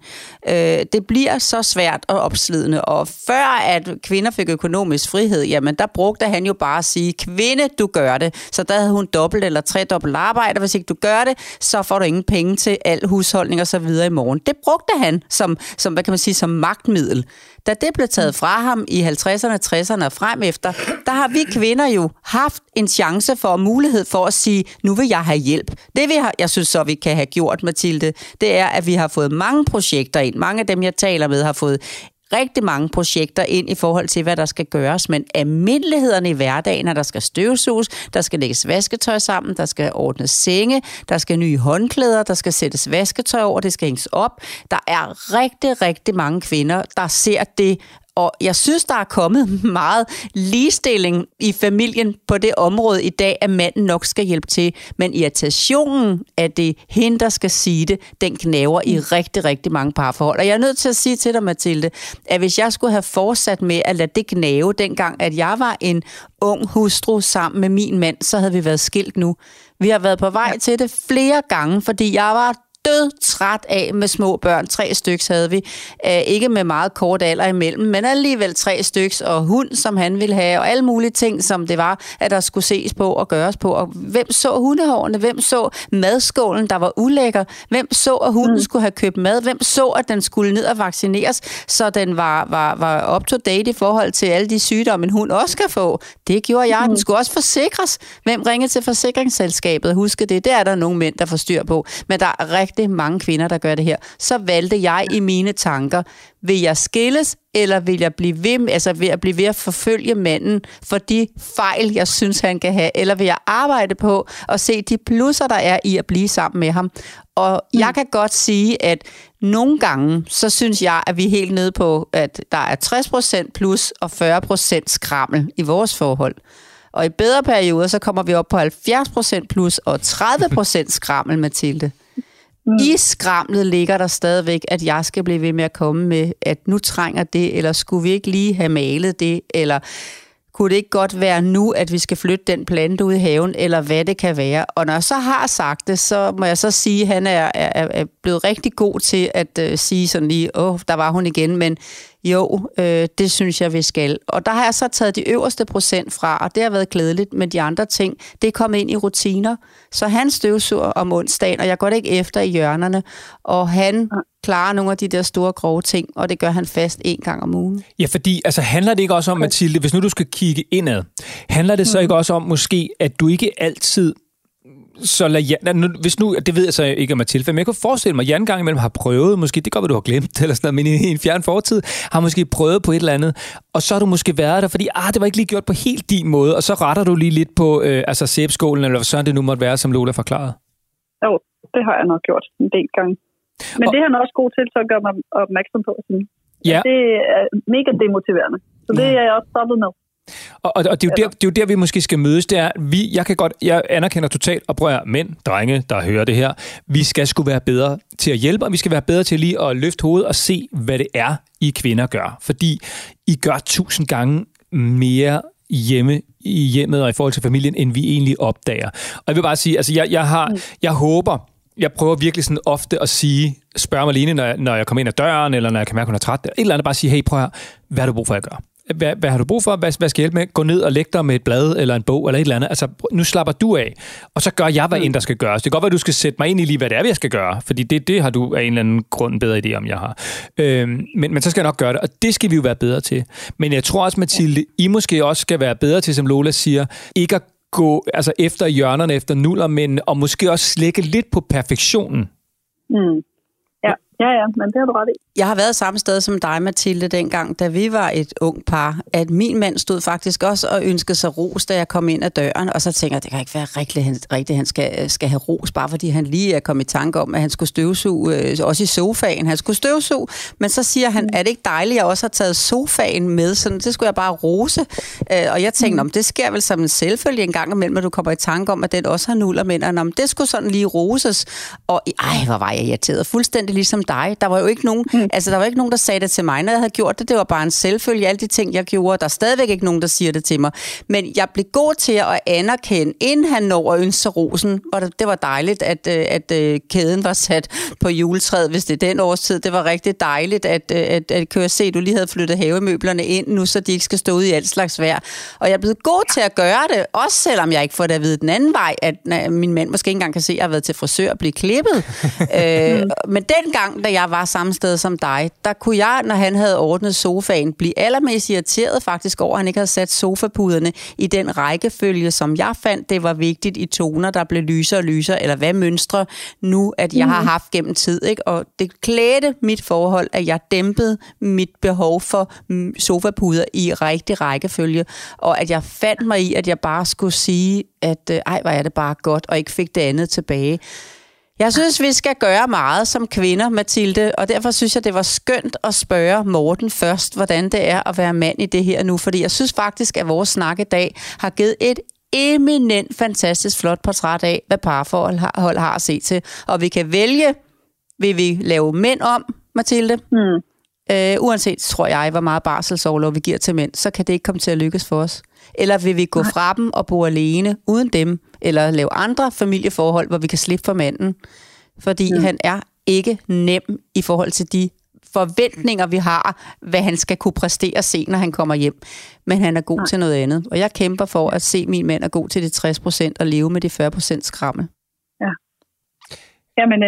Det bliver så svært og opslidende, og før at kvinder fik økonomisk frihed, jamen der brugte han jo bare at sige, kvinde, du gør det. Så der havde hun dobbelt eller tredobbelt arbejde, hvis ikke du gør det, så får du ingen penge til al husholdning og så videre i morgen. Det brugte han som hvad kan man sige, som magtmiddel. Da det blev taget fra ham i 50'erne, 60'erne og frem efter, der har vi kvinder jo haft en chance for og mulighed for at sige, nu vil jeg have hjælp. Det jeg synes så, vi kan have gjort, Mathilde, det er, at vi har fået mange projekter ind. Mange af dem, jeg taler med, har fået rigtig mange projekter ind i forhold til, hvad der skal gøres, men almindelighederne i hverdagen, der skal støvsuges, der skal lægges vasketøj sammen, der skal ordnes senge, der skal nye håndklæder, der skal sættes vasketøj over, det skal hænges op. Der er rigtig, rigtig mange kvinder, der ser det. Og jeg synes, der er kommet meget ligestilling i familien på det område i dag, at manden nok skal hjælpe til. Men irritationen af det, hende der skal sige det, den gnaver i rigtig, rigtig mange parforhold. Og jeg er nødt til at sige til dig, Mathilde, at hvis jeg skulle have fortsat med at lade det gnave, dengang at jeg var en ung hustru sammen med min mand, så havde vi været skilt nu. Vi har været på vej til det flere gange, fordi jeg var træt af med små børn. 3 styks havde vi. Ikke med meget kort alder imellem, men alligevel 3 styks, og hund, som han ville have, og alle mulige ting, som det var, at der skulle ses på og gøres på. Og hvem så hundehårene? Hvem så madskålen, der var ulækker? Hvem så, at hunden skulle have købt mad? Hvem så, at den skulle ned og vaccineres, så den var up to date i forhold til alle de sygdomme, en hund også kan få? Det gjorde jeg. Den skulle også forsikres. Hvem ringede til forsikringsselskabet? Husk det. Det er der nogle mænd, der får styr på. Men der er rigtig mange kvinder, der gør det her. Så valgte jeg i mine tanker, vil jeg skilles, eller vil jeg blive ved at forfølge manden for de fejl, jeg synes, han kan have, eller vil jeg arbejde på og se de plusser, der er i at blive sammen med ham. Og jeg kan godt sige, at nogle gange, så synes jeg, at vi er helt nede på, at der er 60% plus og 40% skrammel i vores forhold. Og i bedre perioder, så kommer vi op på 70% plus og 30% skrammel, Mathilde. I skramlet ligger der stadigvæk, at jeg skal blive ved med at komme med, at nu trænger det, eller skulle vi ikke lige have malet det, eller kunne det ikke godt være nu, at vi skal flytte den plante ud i haven, eller hvad det kan være. Og når jeg så har sagt det, så må jeg så sige, at han er blevet rigtig god til at sige sådan lige, der var hun igen, men jo, det synes jeg, vi skal. Og der har jeg så taget de øverste procent fra, og det har været glædeligt, men de andre ting, det er kommet ind i rutiner. Så han støvsuger om onsdagen, og jeg går det ikke efter i hjørnerne, og han klarer nogle af de der store grove ting, og det gør han fast 1 gang om ugen. Ja, fordi handler det ikke også om, Mathilde, hvis nu du skal kigge indad, handler det så ikke også om måske, at du ikke altid så hvis nu, det ved jeg så ikke om Mathilde, men jeg kunne forestille mig, at Jan gang imellem har prøvet, måske, det går, hvad du har glemt, eller sådan noget, men i en fjern fortid, har måske prøvet på et eller andet, og så har du måske været der, fordi, det var ikke lige gjort på helt din måde, og så retter du lige lidt på, sæbskålen, eller hvad sådan det nu måtte være, som Lola forklarede. Jo, det har jeg nok gjort en del gange. Men det er han også god til, så at gøre mig opmærksom på. Ja. Det er mega demotiverende, så det er jeg også stoppet med. Og det er jo der, vi måske skal mødes. Det er, jeg anerkender totalt, og prøver mænd, drenge, der hører det her. Vi skal sgu være bedre til at hjælpe, og vi skal være bedre til lige at løfte hovedet og se, hvad det er, I kvinder gør. Fordi I gør 1000 gange mere i hjemmet og i forhold til familien, end vi egentlig opdager. Og jeg vil bare sige, jeg håber, jeg prøver virkelig sådan ofte at spørge Marlene, når jeg kommer ind ad døren, eller når jeg kan mærke, hun er træt, et eller andet, bare sige, hey, prøv at høre, hvad har du brug for, at gøre? Hvad har du brug for? Hvad skal jeg hjælpe med? Gå ned og læg dig med et blad eller en bog eller et eller andet. Altså, nu slapper du af, og så gør jeg, hvad end der skal gøres. Det kan godt være, at du skal sætte mig ind i lige, hvad det er, jeg skal gøre, fordi det har du af en eller anden grund en bedre idé om, jeg har. Men så skal jeg nok gøre det, og det skal vi jo være bedre til. Men jeg tror også, Mathilde, I måske også skal være bedre til, som Lola siger, ikke at gå efter hjørnerne, efter nuller, men og måske også slække lidt på perfektionen. Ja, men det har du ret i. Jeg har været samme sted som dig, Mathilde, dengang, da vi var et ung par, at min mand stod faktisk også og ønskede sig ros, da jeg kom ind ad døren, og så tænker jeg, det kan ikke være rigtigt, han skal have ros, bare fordi han lige er kommet i tanke om, at han skulle støvsuge, også i sofaen, han skulle støvsuge, men så siger han, er det ikke dejligt, at jeg også har taget sofaen med, så det skulle jeg bare rose, og jeg tænkte, det sker vel som en selvfølge en gang imellem, at du kommer i tanke om, at den også har nuller, men det skulle sådan lige roses, og hvor var jeg irriteret, fuldstændig ligesom dig. Der var jo ikke nogen, der var ikke nogen, der sagde det til mig, når jeg havde gjort det. Det var bare en selvfølge, alle de ting, jeg gjorde. Der er stadigvæk ikke nogen, der siger det til mig. Men jeg blev god til at anerkende, inden han når at ønske sig rosen. Det var dejligt, at kæden var sat på juletræet, hvis det er den årstid. Det var rigtig dejligt, at kunne se, du lige havde flyttet havemøblerne ind nu, så de ikke skal stå ude i alt slags vejr. Og jeg er blevet god til at gøre det, også selvom jeg ikke får det at vide den anden vej, at min mand måske ikke engang kan se, at jeg har været til frisør og blive klippet. Men dengang, da jeg var samme sted som dig, der kunne jeg, når han havde ordnet sofaen, blive allermest irriteret faktisk over, at han ikke havde sat sofapuderne i den rækkefølge, som jeg fandt, det var vigtigt i toner, der blev lysere og lysere, eller hvad mønstre nu, at jeg har haft gennem tid, ikke? Og det klædte mit forhold, at jeg dæmpede mit behov for sofapuder i rigtig rækkefølge, og at jeg fandt mig i, at jeg bare skulle sige, at hvor er det bare godt, og ikke fik det andet tilbage. Jeg synes, vi skal gøre meget som kvinder, Mathilde, og derfor synes jeg, det var skønt at spørge Morten først, hvordan det er at være mand i det her nu, fordi jeg synes faktisk, at vores snak i dag har givet et eminent, fantastisk flot portræt af, hvad parforhold har at se til. Og vi kan vælge, vil vi lave mænd om, Mathilde? Uanset, tror jeg, hvor meget barselsorlov vi giver til mænd, så kan det ikke komme til at lykkes for os. Eller vil vi gå fra dem og bo alene uden dem, eller lave andre familieforhold, hvor vi kan slippe for manden? Fordi han er ikke nem i forhold til de forventninger, vi har, hvad han skal kunne præstere se, når han kommer hjem. Men han er god til noget andet. Og jeg kæmper for at se min mand er god til de 60% og leve med de 40% skrammel. Ja. Jamen,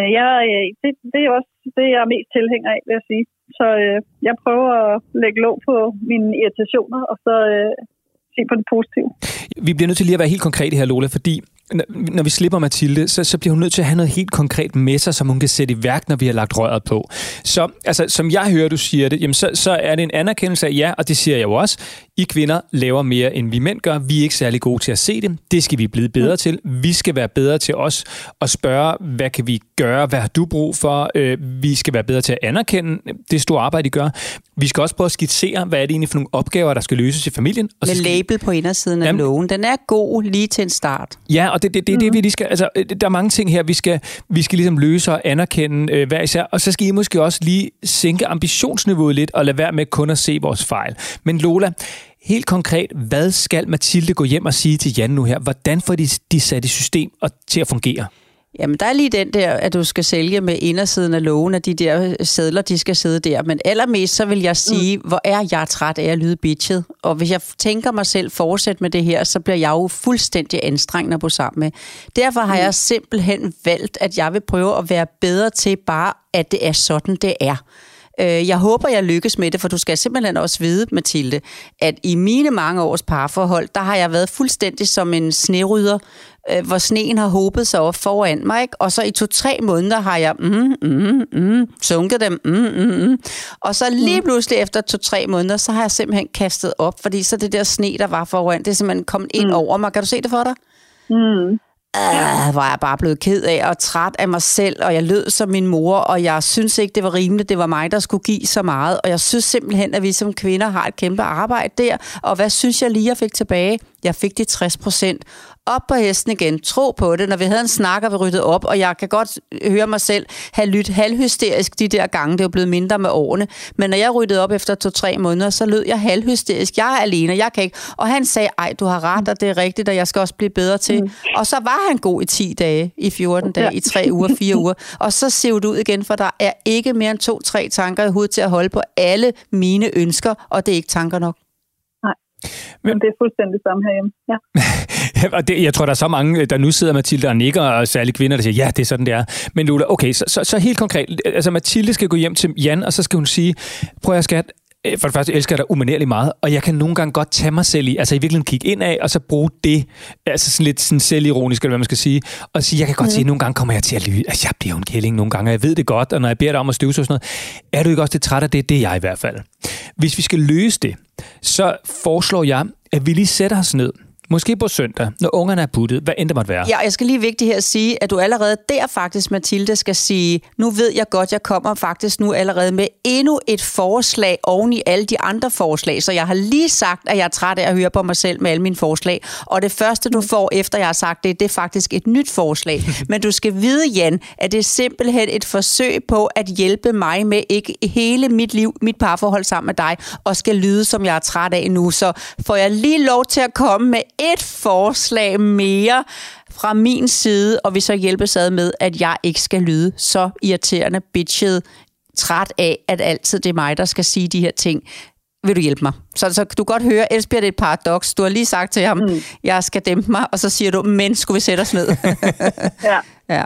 det er også det, jeg er mest tilhænger af, vil jeg sige. Så jeg prøver at lægge låg på mine irritationer, og så se på det positive. Vi bliver nødt til lige at være helt konkrete her, Lola, fordi når vi slipper Mathilde, så bliver hun nødt til at have noget helt konkret med sig, som hun kan sætte i værk, når vi har lagt røret på. Så som jeg hører, du siger det, jamen så er det en anerkendelse af ja, og det siger jeg jo også. I kvinder laver mere, end vi mænd gør. Vi er ikke særlig gode til at se det. Det skal vi blive bedre til. Vi skal være bedre til os at spørge, hvad kan vi gøre? Hvad har du brug for? Vi skal være bedre til at anerkende det store arbejde, I gør. Vi skal også prøve at skitsere, hvad er det egentlig for nogle opgaver, der skal løses i familien. Og med label på indersiden af lågen. Den er god lige til en start. Ja, og det er det, vi lige skal... Altså, der er mange ting her, vi skal ligesom løse og anerkende hver især. Og så skal I måske også lige sænke ambitionsniveauet lidt og lade være med kun at se vores fejl. Men Lola, helt konkret, hvad skal Mathilde gå hjem og sige til Jan nu her? Hvordan får de sat i system og til at fungere? Jamen, der er lige den der, at du skal sælge med indersiden af lågen, at de der sedler, de skal sidde der. Men allermest, så vil jeg sige, hvor er jeg træt af at lyde bitchet. Og hvis jeg tænker mig selv fortsætte med det her, så bliver jeg jo fuldstændig anstrengende at bo sammen med. Derfor har jeg simpelthen valgt, at jeg vil prøve at være bedre til bare, at det er sådan, det er. Jeg håber, jeg lykkes med det, for du skal simpelthen også vide, Mathilde, at i mine mange års parforhold, der har jeg været fuldstændig som en snerydder, hvor sneen har hobet sig op foran mig, ikke? Og så i 2-3 måneder har jeg sunket dem, og så lige pludselig efter 2-3 måneder, så har jeg simpelthen kastet op, fordi så det der sne, der var foran, det er simpelthen kommet ind over mig. Kan du se det for dig? Var jeg bare blevet ked af og træt af mig selv, og jeg lød som min mor, og jeg synes ikke, det var rimeligt, det var mig, der skulle give så meget, og jeg synes simpelthen, at vi som kvinder har et kæmpe arbejde der, og hvad synes jeg lige, jeg fik tilbage? Jeg fik de 60%. Op på hesten igen. Tro på det. Når vi havde en snak, og vi ryddede op, og jeg kan godt høre mig selv have lyttet halvhysterisk de der gange. Det er jo blevet mindre med årene. Men når jeg ryddede op efter 2-3 måneder, så lød jeg halvhysterisk. Jeg er alene, jeg kan ikke. Og han sagde, ej, du har ret, og det er rigtigt, og jeg skal også blive bedre til. Og så var han god i 10 dage, i 14 dage, i 3 uger, 4 uger. Og så ser det ud igen, for der er ikke mere end 2-3 tanker i hovedet til at holde på alle mine ønsker, og det er ikke tanker nok. Men det er fuldstændig samme herhjemme. Ja. Jeg tror, der er så mange, der nu sidder Mathilde og nikker, og særligt kvinder, der siger, ja, det er sådan, det er. Men Lola, okay, så helt konkret. Altså, Mathilde skal gå hjem til Jan, og så skal hun sige, prøv at skat, For det første elsker jeg dig umanerligt meget, og jeg kan nogle gange godt tage mig selv i, altså i virkeligheden kigge ind af, og så bruge det, altså sådan lidt sådan selvironisk, eller hvad man skal sige, og sige, jeg kan godt sige, at nogle gange kommer jeg til at lyde, altså jeg bliver jo en kælling nogle gange, og jeg ved det godt, og når jeg beder dig om at støvsuge og sådan noget, er du ikke også lidt træt af det? Det er jeg i hvert fald. Hvis vi skal løse det, så foreslår jeg, at vi lige sætter os ned, måske på søndag, når ungerne er puttet, hvad end det måtte være. Ja, jeg skal lige vigtigt her sige, at du allerede der faktisk, Mathilde, skal sige, nu ved jeg godt, jeg kommer faktisk nu allerede med endnu et forslag oven i alle de andre forslag. Så jeg har lige sagt, at jeg er træt af at høre på mig selv med alle mine forslag. Og det første, du får efter jeg har sagt det, det er faktisk et nyt forslag. Men du skal vide, Jan, at det er simpelthen et forsøg på at hjælpe mig med ikke hele mit liv, mit parforhold sammen med dig, og skal lyde, som jeg er træt af nu. Så får jeg lige lov til at komme med et forslag mere fra min side, og vi så hjælpes ad med, at jeg ikke skal lyde så irriterende, bitchet, træt af, at altid det er mig, der skal sige de her ting. Vil du hjælpe mig? Så du kan godt høre, ellers bliver det et paradoks. Du har lige sagt til ham, jeg skal dæmpe mig, og så siger du, men skulle vi sætte os ned? Ja.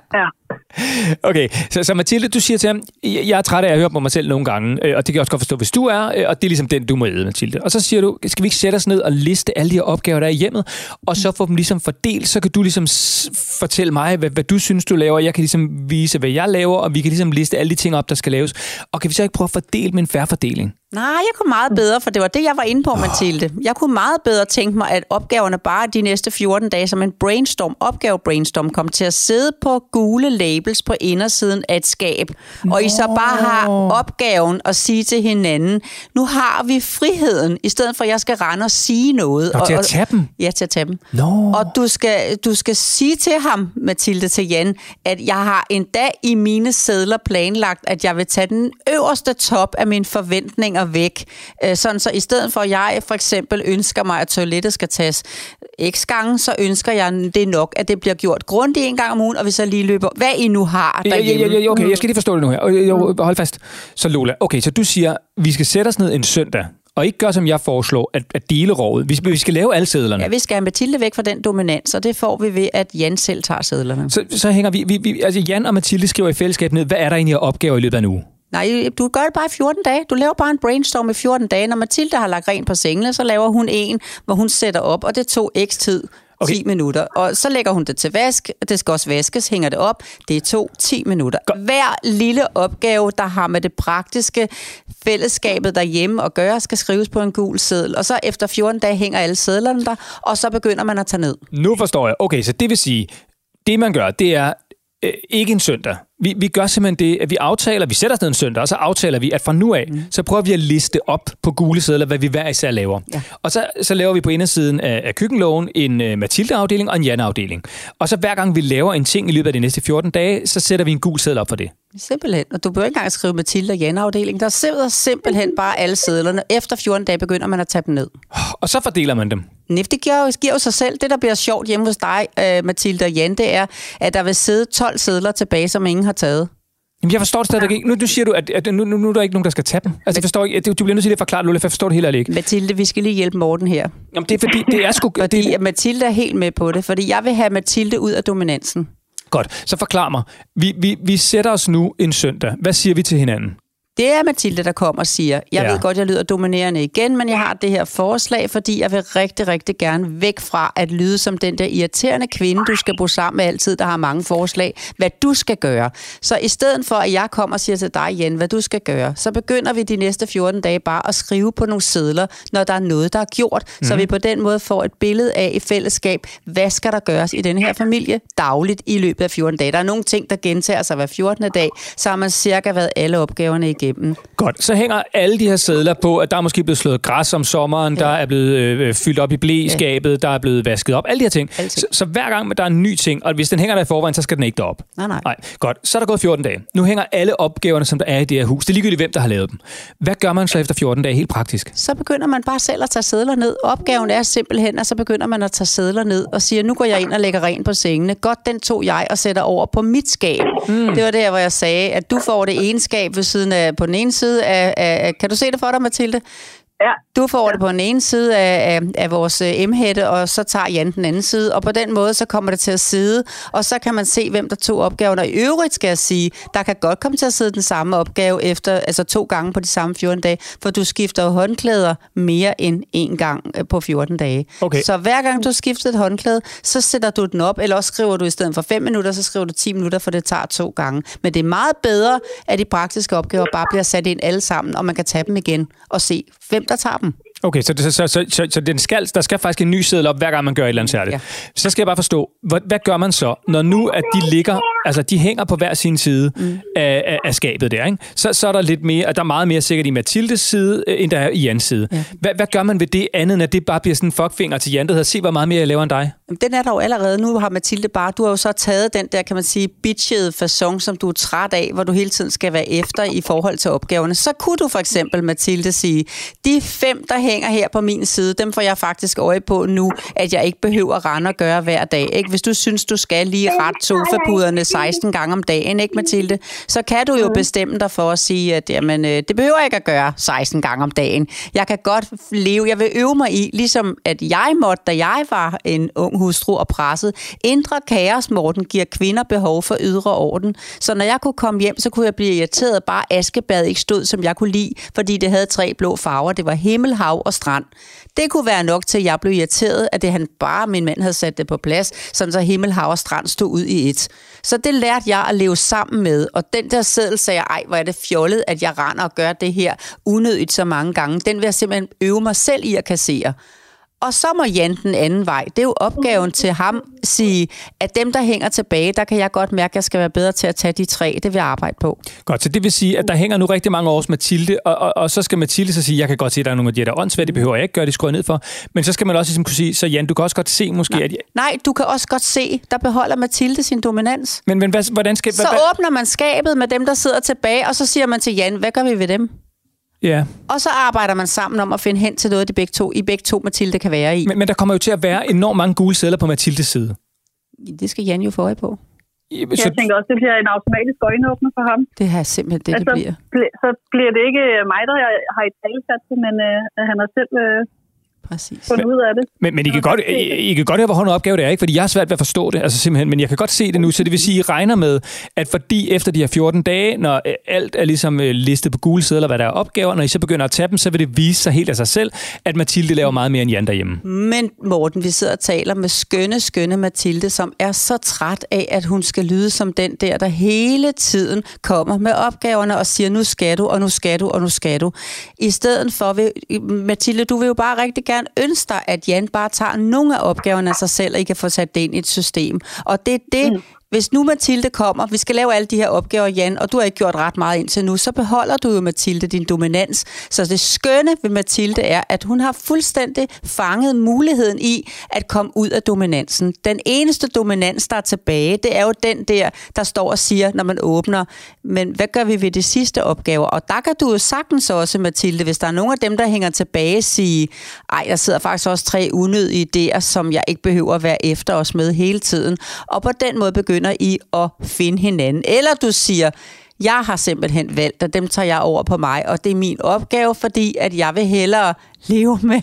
Okay, så Mathilde, du siger til ham, jeg er træt af at høre på mig selv nogle gange, og det kan jeg også godt forstå, hvis du er, og det er ligesom den, du må æde, Mathilde. Og så siger du, skal vi ikke sætte os ned og liste alle de her opgaver, der er i hjemmet, og så få dem ligesom fordelt, så kan du ligesom fortælle mig, hvad du synes, du laver, jeg kan ligesom vise, hvad jeg laver, og vi kan ligesom liste alle de ting op, der skal laves. Og kan vi så ikke prøve at fordele med en fair fordeling? Nej, jeg kunne meget bedre, for det var det, jeg var inde på, Mathilde. Jeg kunne meget bedre tænke mig, at opgaverne bare de næste 14 dage som en opgave-brainstorm, kom til at sidde på gule labels på indersiden af et skab. Og I så bare har opgaven at sige til hinanden, nu har vi friheden, i stedet for at jeg skal rende og sige noget. Og til at tage dem? Ja, til at tage dem. Og du skal sige til ham, Mathilde, til Jan, at jeg har endda i mine sedler planlagt, at jeg vil tage den øverste top af mine forventninger væk. Sådan så i stedet for, at jeg for eksempel ønsker mig, at toilettet skal tages x gange, så ønsker jeg det nok, at det bliver gjort grundigt en gang om ugen, og vi så lige løber, hvad I nu har derhjemme. Okay, jeg skal lige forstå det nu her. Hold fast. Så Lola, okay, så du siger, vi skal sætte os ned en søndag, og ikke gøre, som jeg foreslår, at dele rådet. Vi skal lave alle sedlerne. Ja, vi skal have Mathilde væk fra den dominans, og det får vi ved, at Jan selv tager sedlerne. Så hænger vi altså Jan og Mathilde skriver i fællesskab ned, hvad er der egentlig af opgaver i løbet af en uge? Nej, du gør det bare i 14 dage. Du laver bare en brainstorm i 14 dage. Når Mathilde har lagt rent på sengene, så laver hun en, hvor hun sætter op, og det tog x tid. 10 minutter. Og så lægger hun det til vask. Det skal også vaskes, hænger det op. Det tog 10 minutter. Hver lille opgave, der har med det praktiske fællesskabet derhjemme at gøre, skal skrives på en gul seddel. Og så efter 14 dage hænger alle sedlerne der, og så begynder man at tage ned. Nu forstår jeg. Okay, så det vil sige, det man gør, det er ikke en søndag. Vi gør simpelthen det, at vi sætter os ned en søndag, og så aftaler vi, at fra nu af, så prøver vi at liste op på gule sedler, hvad vi hver især laver. Ja. Og så laver vi på indersiden af køkkenlågen en Mathilde-afdeling og en Janne-afdeling. Og så hver gang vi laver en ting i løbet af de næste 14 dage, så sætter vi en gul seddel op for det. Simpelthen. Og du behøver ikke engang skrive Mathilde og Janne-afdeling. Der sidder simpelthen bare alle sedlerne. Efter 14 dage begynder man at tage dem ned. Og så fordeler man dem. Det giver jo sig selv. Det, der bliver sjovt hjemme hos dig, Mathilde og Jan, det er, at der vil sidde 12 sedler tilbage, som ingen har taget. Jamen, jeg forstår det stadig ikke. Nu siger du, at nu er der ikke nogen, der skal tage dem. Altså, jeg forstår ikke. Du bliver nødt til at forklare, Lola, for jeg forstår det heller ikke. Mathilde, vi skal lige hjælpe Morten her. Jamen, det er fordi, det er sgu... Fordi Mathilde er helt med på det, fordi jeg vil have Mathilde ud af dominansen. Godt, så forklar mig. Vi sætter os nu en søndag. Hvad siger vi til hinanden? Det er Mathilde, der kommer og siger, jeg ved godt, jeg lyder dominerende igen, men jeg har det her forslag, fordi jeg vil rigtig, rigtig gerne væk fra at lyde som den der irriterende kvinde, du skal bo sammen med altid, der har mange forslag, hvad du skal gøre. Så i stedet for, at jeg kommer og siger til dig, Jan, hvad du skal gøre, så begynder vi de næste 14 dage bare at skrive på nogle sedler, når der er noget, der er gjort, så vi på den måde får et billede af i fællesskab, hvad skal der gøres i den her familie dagligt i løbet af 14 dage. Der er nogle ting, der gentager sig hver 14. dag, så har man cirka været alle opgaverne igennem. Godt, så hænger alle de her sedler på, at der er måske blevet slået græs om sommeren, der er blevet fyldt op i blæskabet, der er blevet vasket op, alle de her ting. Så hver gang der er en ny ting, og hvis den hænger der i forvejen, så skal den ikke derop. Nej. Godt, så er der gået 14 dage. Nu hænger alle opgaverne, som der er i det her hus. Det er ligegyldigt, hvem der har lavet dem. Hvad gør man så efter 14 dage helt praktisk? Så begynder man bare selv at tage sedler ned. Opgaven er simpelthen, og så begynder man at tage sedler ned og siger, nu går jeg ind og lægger rent på sengene. Godt, den tog jeg og sætter over på mit skab. Det var der, hvor jeg sagde, at du får det ene skab ved siden af, på den ene side af kan du se det for dig, Mathilde? Ja. Du får det på den ene side af vores M-hætte, og så tager Jan den anden side, og på den måde, så kommer det til at sidde, og så kan man se, hvem der tog opgaven. Og i øvrigt skal jeg sige, der kan godt komme til at sidde den samme opgave efter, altså 2 gange på de samme 14 dage, for du skifter håndklæder mere end 1 gang på 14 dage. Okay. Så hver gang du skifter et håndklæde, så sætter du den op, eller også skriver du i stedet for 5 minutter, så skriver du 10 minutter, for det tager 2 gange. Men det er meget bedre, at de praktiske opgaver bare bliver sat ind alle sammen, og man kan tage dem igen og se, hvem der tager dem. Okay, så der skal faktisk en ny seddel op, hver gang man gør et eller andet særligt. Ja. Så skal jeg bare forstå, hvad gør man så, når nu at de ligger, altså de hænger på hver sin side af skabet der, ikke? Så er der lidt mere, der er meget mere sikkert i Mathildes side, end der er i Jans side. Ja. Hvad gør man ved det andet, end at det bare bliver sådan en fuckfinger til Jan, der hedder, se hvor meget mere jeg laver end dig? Den er der jo allerede. Nu har Mathilde bare, du har jo så taget den der, kan man sige, bitchede facon, som du er træt af, hvor du hele tiden skal være efter i forhold til opgaverne. Så kunne du for eksempel, Mathilde, sige, de 5, der hænger her på min side, dem får jeg faktisk øje på nu, at jeg ikke behøver at rende og gøre hver dag. Ikke? Hvis du synes, du skal lige rette sofapuderne 16 gange om dagen, ikke Mathilde, så kan du jo bestemme dig for at sige, at jamen, det behøver jeg ikke at gøre 16 gange om dagen. Jeg kan godt leve, jeg vil øve mig i, ligesom at jeg måtte, da jeg var en ung hustru og presset. Indre kaos, Morten, giver kvinder behov for ydre orden. Så når jeg kunne komme hjem, så kunne jeg blive irriteret, bare askebad ikke stod, som jeg kunne lide, fordi det havde 3 blå farver. Det var himmel, hav og strand. Det kunne være nok til, at jeg blev irriteret, at det han bare, min mand havde sat det på plads, sådan så himmel, hav og strand stod ud i et. Så det lærte jeg at leve sammen med, og den der seddel sagde jeg, ej, hvor er det fjollet, at jeg render og gør det her unødigt så mange gange. Den vil jeg simpelthen øve mig selv i at kassere. Og så må Jan den anden vej. Det er jo opgaven til ham sige, at dem, der hænger tilbage, der kan jeg godt mærke, at jeg skal være bedre til at tage de 3. Det vil jeg arbejde på. Godt, så det vil sige, at der hænger nu rigtig mange år hos Mathilde, og så skal Mathilde så sige, jeg kan godt se, at der er nogle af de her, der er åndssvagt, det behøver jeg ikke gøre, det skruer ned for. Men så skal man også ligesom kunne sige, så Jan, du kan også godt se måske, at... Nej, du kan også godt se, der beholder Mathilde sin dominans. Men hvordan skal... Så åbner man skabet med dem, der sidder tilbage, og så siger man til Jan, hvad gør vi ved dem? Ja. Og så arbejder man sammen om at finde hen til noget, I begge to Mathilde kan være i. Men der kommer jo til at være enormt mange gule sedler på Mathildes side. Det skal Jan jo få øje på. Jeg tænker også, det bliver en automatisk øjenåbner for ham. Det er simpelthen det, altså, det bliver. Så bliver det ikke mig, der har i talsat det, men han har selv... Præcis. Ud af det. Men I kan godt høre, hvor hård en opgave det er, ikke? Fordi jeg har svært ved at forstå det, altså simpelthen, men jeg kan godt se det nu, så det vil sige, at I regner med, at fordi efter de her 14 dage, når alt er ligesom listet på gule sedler, hvad der er opgaver, når I så begynder at tage dem, så vil det vise sig helt af sig selv, at Mathilde laver meget mere end Jan derhjemme. Men Morten, vi sidder og taler med skønne Mathilde, som er så træt af, at hun skal lyde som den der hele tiden kommer med opgaverne og siger, nu skal du, og nu skal du, og nu skal du. I stedet for, Mathilde, du vil jo bare rigtig gerne ønske dig, at Jan bare tager nogle af opgaverne af sig selv, og I kan få sat det ind i et system. Og det er det, hvis nu Mathilde kommer, vi skal lave alle de her opgaver, Jan, og du har ikke gjort ret meget indtil nu, så beholder du jo, Mathilde, din dominans. Så det skønne ved Mathilde er, at hun har fuldstændig fanget muligheden i at komme ud af dominansen. Den eneste dominans, der er tilbage, det er jo den der står og siger, når man åbner, men hvad gør vi ved de sidste opgaver? Og der kan du jo sagtens også, Mathilde, hvis der er nogen af dem, der hænger tilbage, sige, ej, der sidder faktisk også 3 unødige idéer, som jeg ikke behøver at være efter os med hele tiden. Og på den måde begynder I at finde hinanden. Eller du siger, jeg har simpelthen valgt, og dem tager jeg over på mig, og det er min opgave, fordi at jeg vil hellere leve med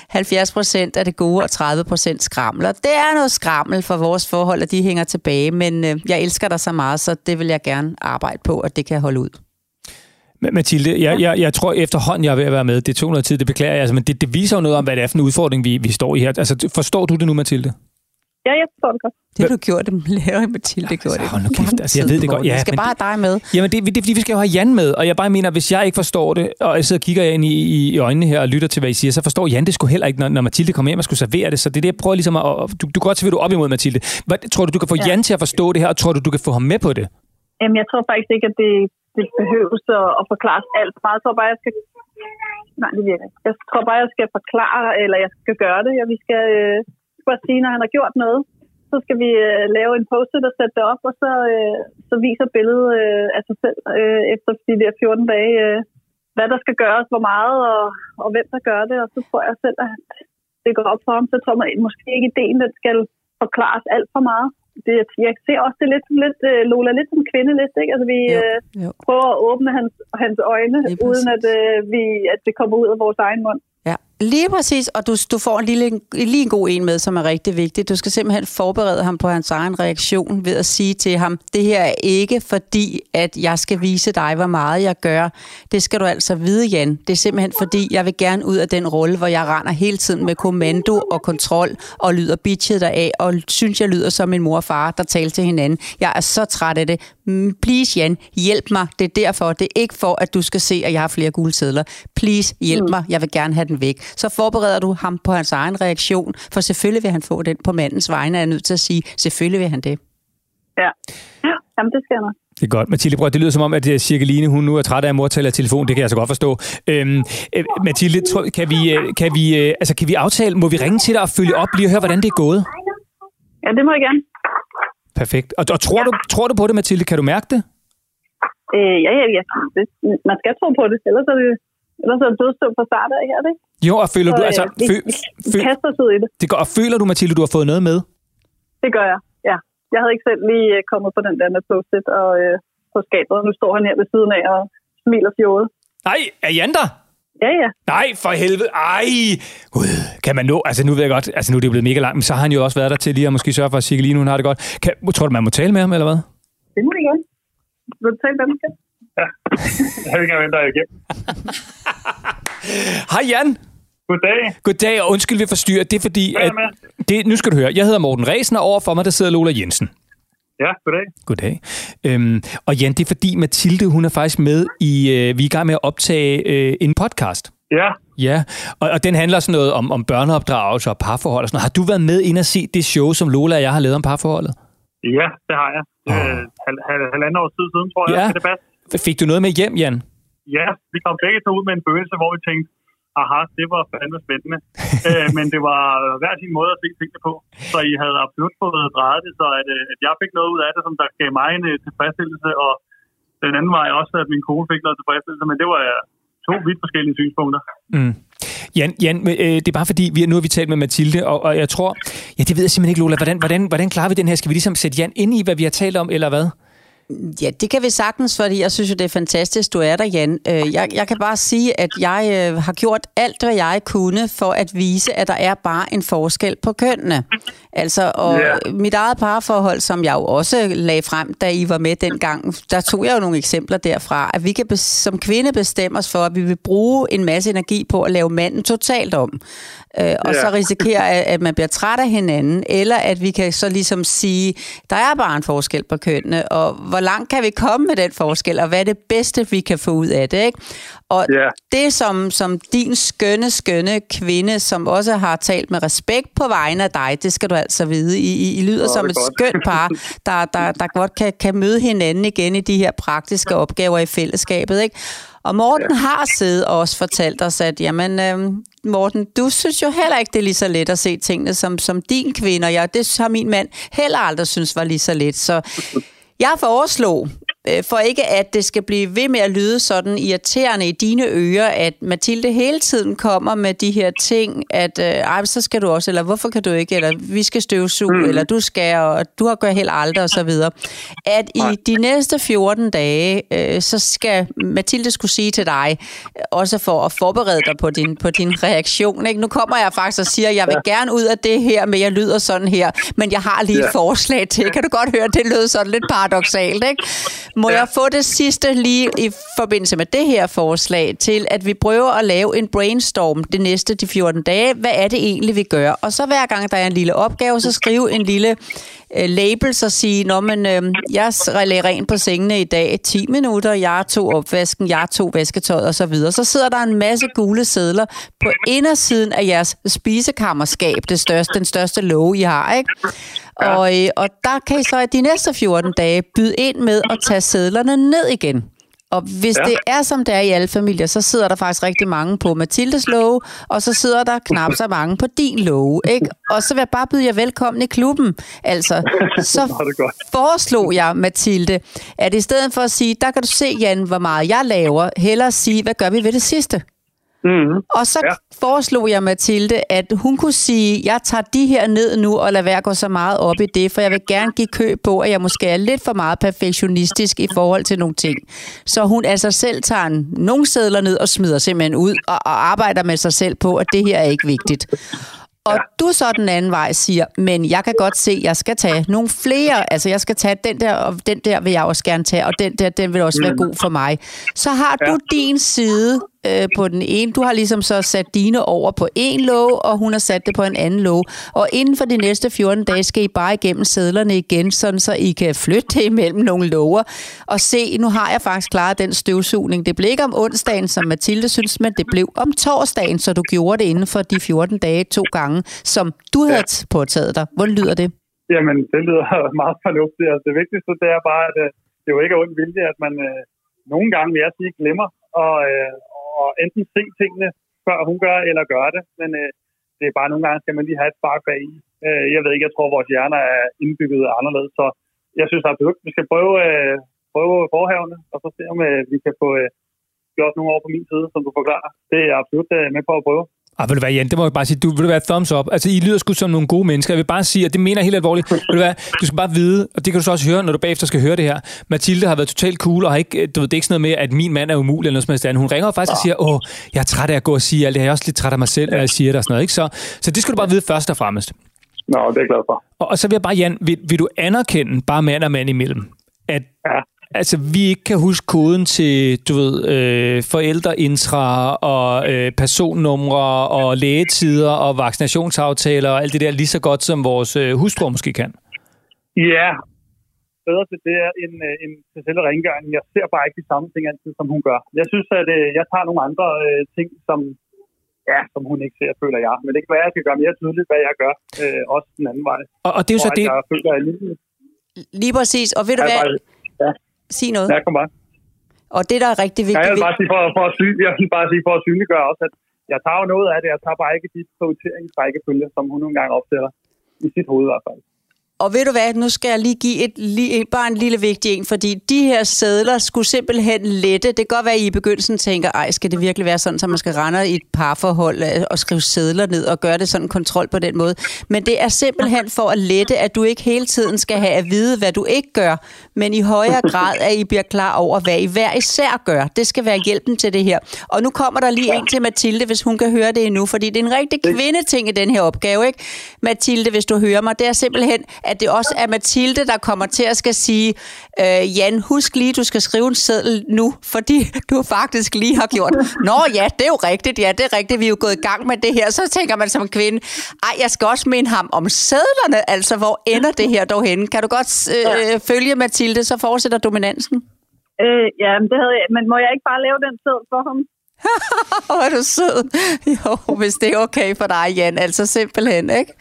70% af det gode og 30% skrammel. Og det er noget skrammel for vores forhold, at de hænger tilbage, men jeg elsker dig så meget, så det vil jeg gerne arbejde på, at det kan holde ud. Mathilde, jeg tror efterhånden, jeg er ved at være med. Det tog noget tid, det beklager jeg. Altså, men det viser jo noget om, hvad det er for en udfordring, vi står i her. Altså, forstår du det nu, Mathilde? Ja, jeg forstår det godt. Det du gjorde det, Larry Mathilde gjorde det. Hold nu kæft, altså, jeg ved det godt. Ja, vi skal bare have dig med. Jamen, det er fordi, vi skal jo have Jan med, og jeg bare mener, hvis jeg ikke forstår det, og jeg sidder og kigger ind i øjnene her og lytter til, hvad I siger, så forstår Jan det sgu heller ikke, når Mathilde kommer hjem og skulle servere det. Så det er det, jeg prøver ligesom at... Du kan godt se, hvad du er op imod, Mathilde. Tror du kan få Jan til at forstå det her, og tror du kan få ham med på det? Jamen, jeg tror faktisk ikke, at det behøves at forklare alt meget. Jeg tror bare, jeg skal... Nej, det virker ikke. Jeg tror bare, jeg skal forklare, eller jeg skal gøre det. Vi skal bare sige, når han har gjort noget, så skal vi lave en post-it og sætte det op, og så viser billedet af sig selv efter de der 14 dage, hvad der skal gøres, hvor meget, og hvem der gør det. Og så tror jeg selv, at det går op for ham. Så tror man måske ikke ideen, den skal forklares alt for meget. Jeg ser også det lidt Lola, lidt som kvinde lidt, ikke? Altså vi prøver at åbne hans øjne, uden at det kommer ud af vores egen mund. Ja, lige præcis, og du får lige en god en med, som er rigtig vigtig. Du skal simpelthen forberede ham på hans egen reaktion ved at sige til ham, det her er ikke fordi, at jeg skal vise dig, hvor meget jeg gør. Det skal du altså vide, Jan. Det er simpelthen fordi, jeg vil gerne ud af den rolle, hvor jeg render hele tiden med kommando og kontrol og lyder bitchet deraf, og synes, jeg lyder som min mor og far, der taler til hinanden. Jeg er så træt af det. Please, Jan, hjælp mig. Det er derfor. Det er ikke for, at du skal se, at jeg har flere gule sedler. Please, hjælp mig. Jeg vil gerne have den væk. Så forbereder du ham på hans egen reaktion, for selvfølgelig vil han få den på mandens vegne, er jeg nødt til at sige. Selvfølgelig vil han det. Ja, jamen det skal jeg nok. Det er godt. Mathilde, prøv, det lyder som om, at Cirkeline, hun nu er træt af at modtale af telefon. Det kan jeg så godt forstå. Mathilde, kan vi aftale, må vi ringe til dig og følge op lige og høre, hvordan det er gået? Ja, det må jeg gerne. Perfekt. Og tror du på det, Mathilde? Kan du mærke det? Ja. Man skal tro på det, ellers er det dødsdøm fra start af, er det ikke? Jo, og føler du, altså... kaster sig ud i det. Det går, og føler du, Mathilde, du har fået noget med? Det gør jeg, ja. Jeg havde ikke selv lige kommet på den der med post-it og på skabet, og nu står han her ved siden af og smiler fjollet. Nej, er Jan der? Ja. Nej, for helvede. Ej! Kan man nå? Altså, nu ved jeg godt, nu er det blevet mega langt, men så har han jo også været der til lige at måske sørge for, at Cirkeline, hun har det godt. Tror du, man må tale med ham, eller hvad? Det må det gerne. Vil du tale med ham igen? Ja, jeg vil ikke vente dig igen. Hej Jan. Goddag, og undskyld, vi forstyrrer. Det er fordi, nu skal du høre, jeg hedder Morten Ræsen, og overfor mig, der sidder Lola Jensen. Ja, Goddag. Og Jan, det er fordi Mathilde, hun er faktisk med vi er i gang med at optage en podcast. Ja. Ja, og den handler sådan noget om børneopdragelse og parforhold og sådan noget. Har du været med ind og se det show, som Lola og jeg har lavet om parforholdet? Ja, det har jeg. Halvandet års tid siden, tror jeg. Ja. Kan det passe? Fik du noget med hjem, Jan? Ja, vi kom begge to ud med en følelse, hvor vi tænkte, aha, det var fandme spændende. Men det var hver sin måde at se tingene på. Så I havde absolut fået drejet det, så at jeg fik noget ud af det, som der gav mig en tilfredsstillelse, og den anden var også, at min kone fik noget tilfredsstillelse, men det var to vidt forskellige synspunkter. Mm. Jan, det er bare fordi, nu har vi talt med Mathilde, og jeg tror, det ved jeg simpelthen ikke, Lola, hvordan klarer vi den her? Skal vi ligesom sætte Jan ind i, hvad vi har talt om, eller hvad? Ja, det kan vi sagtens, fordi jeg synes jo, det er fantastisk, du er der, Jan. Jeg kan bare sige, at jeg har gjort alt, hvad jeg kunne, for at vise, at der er bare en forskel på kønnene. Altså, og mit eget parforhold, som jeg jo også lagde frem, da I var med dengang, der tog jeg jo nogle eksempler derfra, at vi kan som kvinde bestemme os for, at vi vil bruge en masse energi på at lave manden totalt om. Og så risikere, at man bliver træt af hinanden, eller at vi kan så ligesom sige, der er bare en forskel på kønnene, og hvor langt kan vi komme med den forskel, og hvad er det bedste, vi kan få ud af det, ikke? Og det, som din skønne kvinde, som også har talt med respekt på vegne af dig, det skal du altså vide. I lyder som et skønt par, der godt kan møde hinanden igen i de her praktiske opgaver i fællesskabet, ikke? Og Morten har siddet og også fortalt os, at jamen, Morten, du synes jo heller ikke, det er lige så let at se tingene som din kvinde, og det har min mand heller aldrig synes var lige så let. Så jeg foreslog, for ikke at det skal blive ved med at lyde sådan irriterende i dine ører, at Mathilde hele tiden kommer med de her ting, at så skal du også, eller hvorfor kan du ikke, eller vi skal støvsuge, eller du skal, og du har gjort helt aldrig, og så videre. At i de næste 14 dage, så skal Mathilde skulle sige til dig, også for at forberede dig på din reaktion. Ikke? Nu kommer jeg faktisk og siger, at jeg vil gerne ud af det her, men jeg lyder sådan her, men jeg har lige et forslag til. Kan du godt høre, det lød sådan lidt paradoksalt, ikke? Må jeg få det sidste lige i forbindelse med det her forslag til, at vi prøver at lave en brainstorm de næste 14 dage. Hvad er det egentlig, vi gør? Og så hver gang der er en lille opgave, så skrive en lille label, så sige, jeg lagde rent på sengene i dag 10 minutter, jeg tog opvasken, jeg tog vasketøjet og så videre. Så sidder der en masse gule sedler på indersiden af jeres spisekammerskab, den største låge, I har, ikke? Og der kan I så i de næste 14 dage byde ind med at tage sedlerne ned igen. Og hvis det er, som det er i alle familier, så sidder der faktisk rigtig mange på Mathildes låge, og så sidder der knap så mange på din låge, ikke? Og så vil jeg bare byde jer velkommen i klubben. Altså, så foreslog jeg, Mathilde, at i stedet for at sige, der kan du se, Jan, hvor meget jeg laver, hellere sige, hvad gør vi ved det sidste? Mm-hmm. Og så foreslog jeg Mathilde, at hun kunne sige, jeg tager de her ned nu, og lad være at gå så meget op i det, for jeg vil gerne give køb på, at jeg måske er lidt for meget perfektionistisk i forhold til nogle ting. Så hun altså selv tager nogle sedler ned og smider simpelthen ud, og arbejder med sig selv på, at det her er ikke vigtigt. Og du så den anden vej siger, men jeg kan godt se, at jeg skal tage nogle flere. Altså jeg skal tage den der, og den der vil jeg også gerne tage, og den der, den vil også være god for mig. Så har du din side på den ene. Du har ligesom så sat dine over på en låge, og hun har sat det på en anden låge. Og inden for de næste 14 dage skal I bare igennem sedlerne igen, sådan så I kan flytte det imellem nogle låger. Og se, nu har jeg faktisk klaret den støvsugning. Det blev ikke om onsdagen, som Mathilde synes, men det blev om torsdagen, så du gjorde det inden for de 14 dage 2 gange, som du havde påtaget dig. Hvordan lyder det? Jamen, det lyder meget fornuftigt. Altså, det vigtigste, det er bare, at det jo ikke er ond vilje, at man nogle gange, vil jeg sige, glemmer og enten se tingene, før hun gør, eller gøre det. Men det er bare nogle gange, skal man lige have et spark bag i. Jeg ved ikke, jeg tror, vores hjerner er indbygget anderledes, så jeg synes absolut, vi skal prøve forhavene, og så se om vi kan få gjort nogle over på min side, som du forklarer. Det er jeg absolut med på at prøve. Vil du være, Jan, det må jeg bare sige, du vil være thumbs up. Altså, I lyder sgu som nogle gode mennesker. Jeg vil bare sige, og det mener jeg helt alvorligt. Vil du være, du skal bare vide, og det kan du så også høre, når du bagefter skal høre det her. Mathilde har været totalt cool, og har ikke, det er ikke sådan noget med, at min mand er umulig eller noget som helst andet. Hun ringer og faktisk og siger, jeg er træt af at gå og sige alt det her. Jeg er også lidt træt af mig selv, når jeg siger det og sådan noget, ikke? Så det skal du bare vide først og fremmest. Nå, det er jeg glad for. Og så vil jeg bare, Jan, vil du anerkende bare mand og mand imellem, at altså, vi ikke kan huske koden til, forældreintra og personnumre og lægetider og vaccinationsaftaler og alt det der lige så godt, som vores hustruer måske kan? Ja, bedre til det end til selve rengøringen. Jeg ser bare ikke de samme ting altid, som hun gør. Jeg synes, at jeg tager nogle andre ting, som hun ikke ser, føler jeg. Men det kan være, at jeg kan gøre mere tydeligt, hvad jeg gør, også den anden vej. Og det er jo så det... Jeg føler, lige præcis. Og ved du hvad... Sig noget. Ja, kom bare. Og det, der er rigtig vigtigt... Ja, jeg vil bare sige for at synliggøre også, at jeg tager jo noget af det. Jeg tager bare ikke de prioriteringsrækkefølge, som hun nogle gange opstiller i sit hoved i hvert fald. Og ved du hvad, nu skal jeg lige give bare en lille vigtig en, fordi de her sedler skulle simpelthen lette. Det kan godt være, at I i begyndelsen tænker, skal det virkelig være sådan, så man skal rende i et parforhold og skrive sedler ned og gøre det sådan kontrol på den måde. Men det er simpelthen for at lette, at du ikke hele tiden skal have at vide, hvad du ikke gør, men i højere grad, at I bliver klar over, hvad I hver især gør. Det skal være hjælpen til det her. Og nu kommer der lige en til Mathilde, hvis hun kan høre det endnu, fordi det er en rigtig kvindeting i den her opgave, ikke? Mathilde, hvis du hører mig, det er simpelthen, at det også er Mathilde, der kommer til at skal sige, Jan, husk lige, du skal skrive en seddel nu, fordi du faktisk lige har gjort. Nå ja, det er jo rigtigt, vi er jo gået i gang med det her. Så tænker man som kvinde, jeg skal også minde ham om sedlerne, altså hvor ender det her dog henne? Kan du godt følge Mathilde, så fortsætter dominansen? Ja, det havde jeg, men må jeg ikke bare lave den seddel for ham? Hvor er du sød. Jo, hvis det er okay for dig, Jan, altså simpelthen, ikke?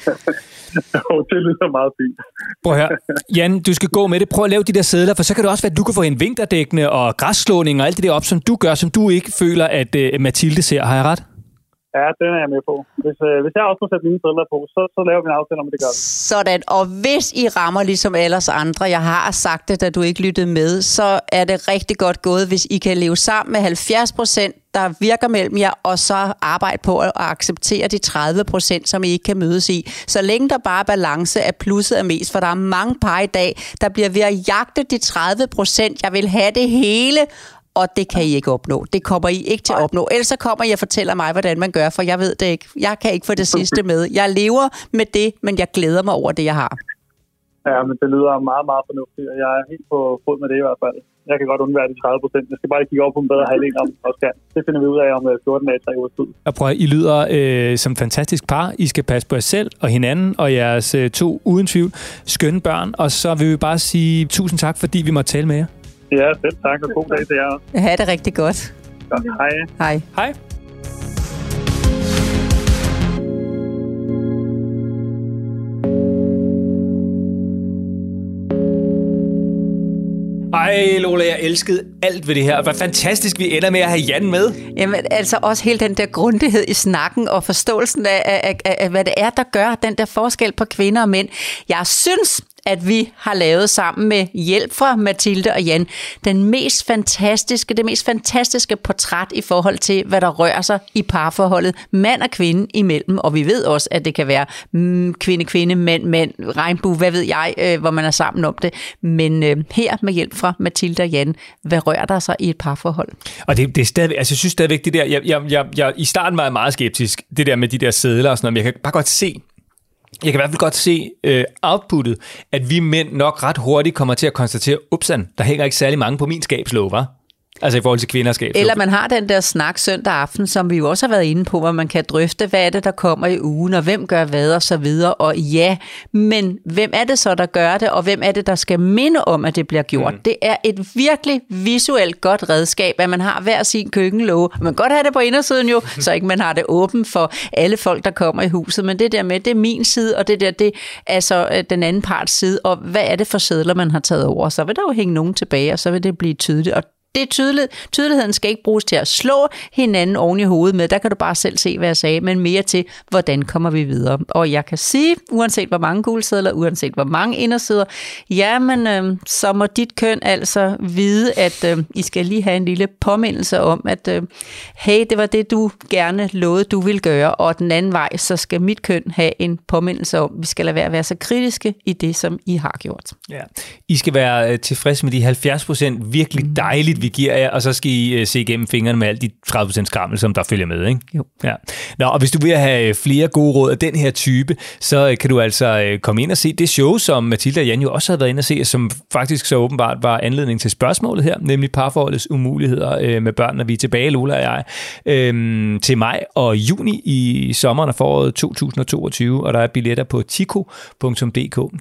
Jo, det lyder meget fint. Prøv at høre. Jan, du skal gå med det. Prøv at lave de der sedler, for så kan det også være, at du kan få en vinterdækkende og græsslåning og alt det der op, som du gør, som du ikke føler, at Mathilde ser. Har jeg ret? Ja, den er jeg med på. Hvis jeg også må sætte mine sedler på, så laver vi en aftale om, det gør vi. Sådan. Og hvis I rammer ligesom ellers andre, jeg har sagt det, da du ikke lyttede med, så er det rigtig godt gået, hvis I kan leve sammen med 70%, der virker mellem jer, og så arbejde på at acceptere de 30%, som I ikke kan mødes i. Så længe der bare er balance, er plusset er mest, for der er mange par i dag, der bliver ved at jagte de 30%. Jeg vil have det hele, og det kan I ikke opnå. Det kommer I ikke til at opnå. Ellers så kommer I og fortæller mig, hvordan man gør, for jeg ved det ikke. Jeg kan ikke få det sidste med. Jeg lever med det, men jeg glæder mig over det, jeg har. Ja, men det lyder meget, meget fornuftigt, og jeg er helt på fod med det i hvert fald. Jeg kan godt undvære de 30%. Jeg skal bare kigge op på en bedre halvdel om også kan. Det finder vi ud af om 14 dage, 3 ugers tid. Og prøv, I lyder som fantastisk par. I skal passe på jer selv og hinanden og jeres 2 uden tvivl skønne børn. Og så vil vi bare sige tusind tak, fordi vi måtte tale med jer. Ja, selv tak, og god dag til jer også. Ha' det rigtig godt. Godt, hej. Hej. Hej. Ej, Lola, jeg elskede alt ved det her. Hvor fantastisk, vi ender med at have Jan med. Jamen, altså også hele den der grundighed i snakken og forståelsen af hvad det er, der gør den der forskel på kvinder og mænd. Jeg synes, at vi har lavet sammen med hjælp fra Mathilde og Jan det mest fantastiske portræt i forhold til, hvad der rører sig i parforholdet mand og kvinde imellem. Og vi ved også, at det kan være kvinde, mand, regnbue, hvad ved jeg, hvor man er sammen om det. Men her med hjælp fra Mathilde og Jan, hvad rører der sig i et parforhold? Og det er stadigvæk, altså jeg synes stadigvæk, det der, jeg i starten var jeg meget skeptisk, det der med de der sedler og sådan noget, men jeg kan bare godt se, jeg kan i hvert fald godt se outputtet, at vi mænd nok ret hurtigt kommer til at konstatere, upsan, der hænger ikke særlig mange på min skabslåge, hva'? Altså i forhold til kvinderskab. Eller man har den der snak søndag aften, som vi jo også har været inde på, hvor man kan drøfte, hvad er det, der kommer i ugen, og hvem gør hvad, og så videre. Og ja, men hvem er det så, der gør det, og hvem er det, der skal minde om, at det bliver gjort? Det er et virkelig visuelt godt redskab, at man har hver sin køkkenlåge. Man kan godt have det på indersiden jo, så ikke man har det åbent for alle folk, der kommer i huset. Men det der med, det er min side, og det er altså den anden parts side. Og hvad er det for sedler, man har taget over? Så vil der jo hænge nogen tilbage, og så vil det blive tydeligt. Og det er tydeligheden skal ikke bruges til at slå hinanden oven i hovedet med. Der kan du bare selv se, hvad jeg sagde, men mere til, hvordan kommer vi videre. Og jeg kan sige, uanset hvor mange gulsedler, uanset hvor mange indersider, jamen, så må dit køn altså vide, at I skal lige have en lille påmindelse om, at hey, det var det, du gerne lovede, du ville gøre, og den anden vej, så skal mit køn have en påmindelse om, vi skal lade være så kritiske i det, som I har gjort. Ja. I skal være tilfreds med de 70% virkelig dejligt, vi giver jer, og så skal I se igennem fingrene med alt de 30% skrammel, som der følger med, ikke? Jo. Ja. Nå, og hvis du vil have flere gode råd af den her type, så kan du altså komme ind og se det show, som Mathilde og Jan jo også havde været inde og se, som faktisk så åbenbart var anledning til spørgsmålet her, nemlig parforholdets umuligheder med børn, når vi er tilbage, Lola og jeg, til maj og juni i sommeren og foråret 2022, og der er billetter på tikko.dk,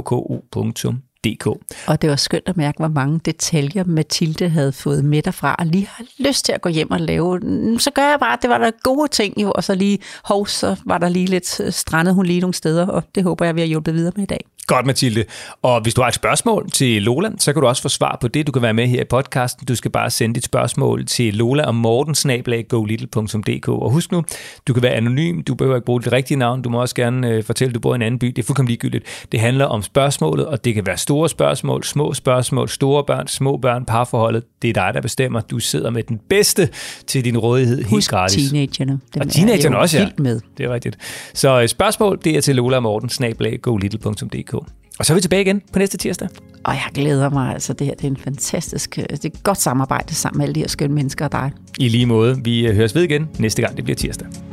tikko.dk. Og det var skønt at mærke, hvor mange detaljer Mathilde havde fået med derfra, og lige har lyst til at gå hjem og lave. Så gør jeg bare, det var der gode ting jo, og så lige, så var der lige lidt strandet hun lige nogle steder, og det håber jeg, vi har hjulpet videre med i dag. Godt, Mathilde. Og hvis du har et spørgsmål til Lola, så kan du også få svar på det. Du kan være med her i podcasten. Du skal bare sende dit spørgsmål til Lola og Morten@golittle.dk. Og husk nu, du kan være anonym. Du behøver ikke bruge dit rigtige navn. Du må også gerne fortælle, at du bor i en anden by. Det er fuldkommen ligegyldigt. Det handler om spørgsmålet, og det kan være store spørgsmål, store børn, små børn, parforholdet. Det er dig, der bestemmer. Du sidder med den bedste til din rådighed helt gratis. Teenagerne. Og teenagerne også, ja. Med. Det er rigtigt. Så spørgsmål, det er til Lola og Morten@golittle.dk. Og så er vi tilbage igen på næste tirsdag. Og jeg glæder mig, altså det her, det er en fantastisk, det er et godt samarbejde sammen med alle de her skønne mennesker og dig. I lige måde. Vi høres ved igen næste gang, det bliver tirsdag.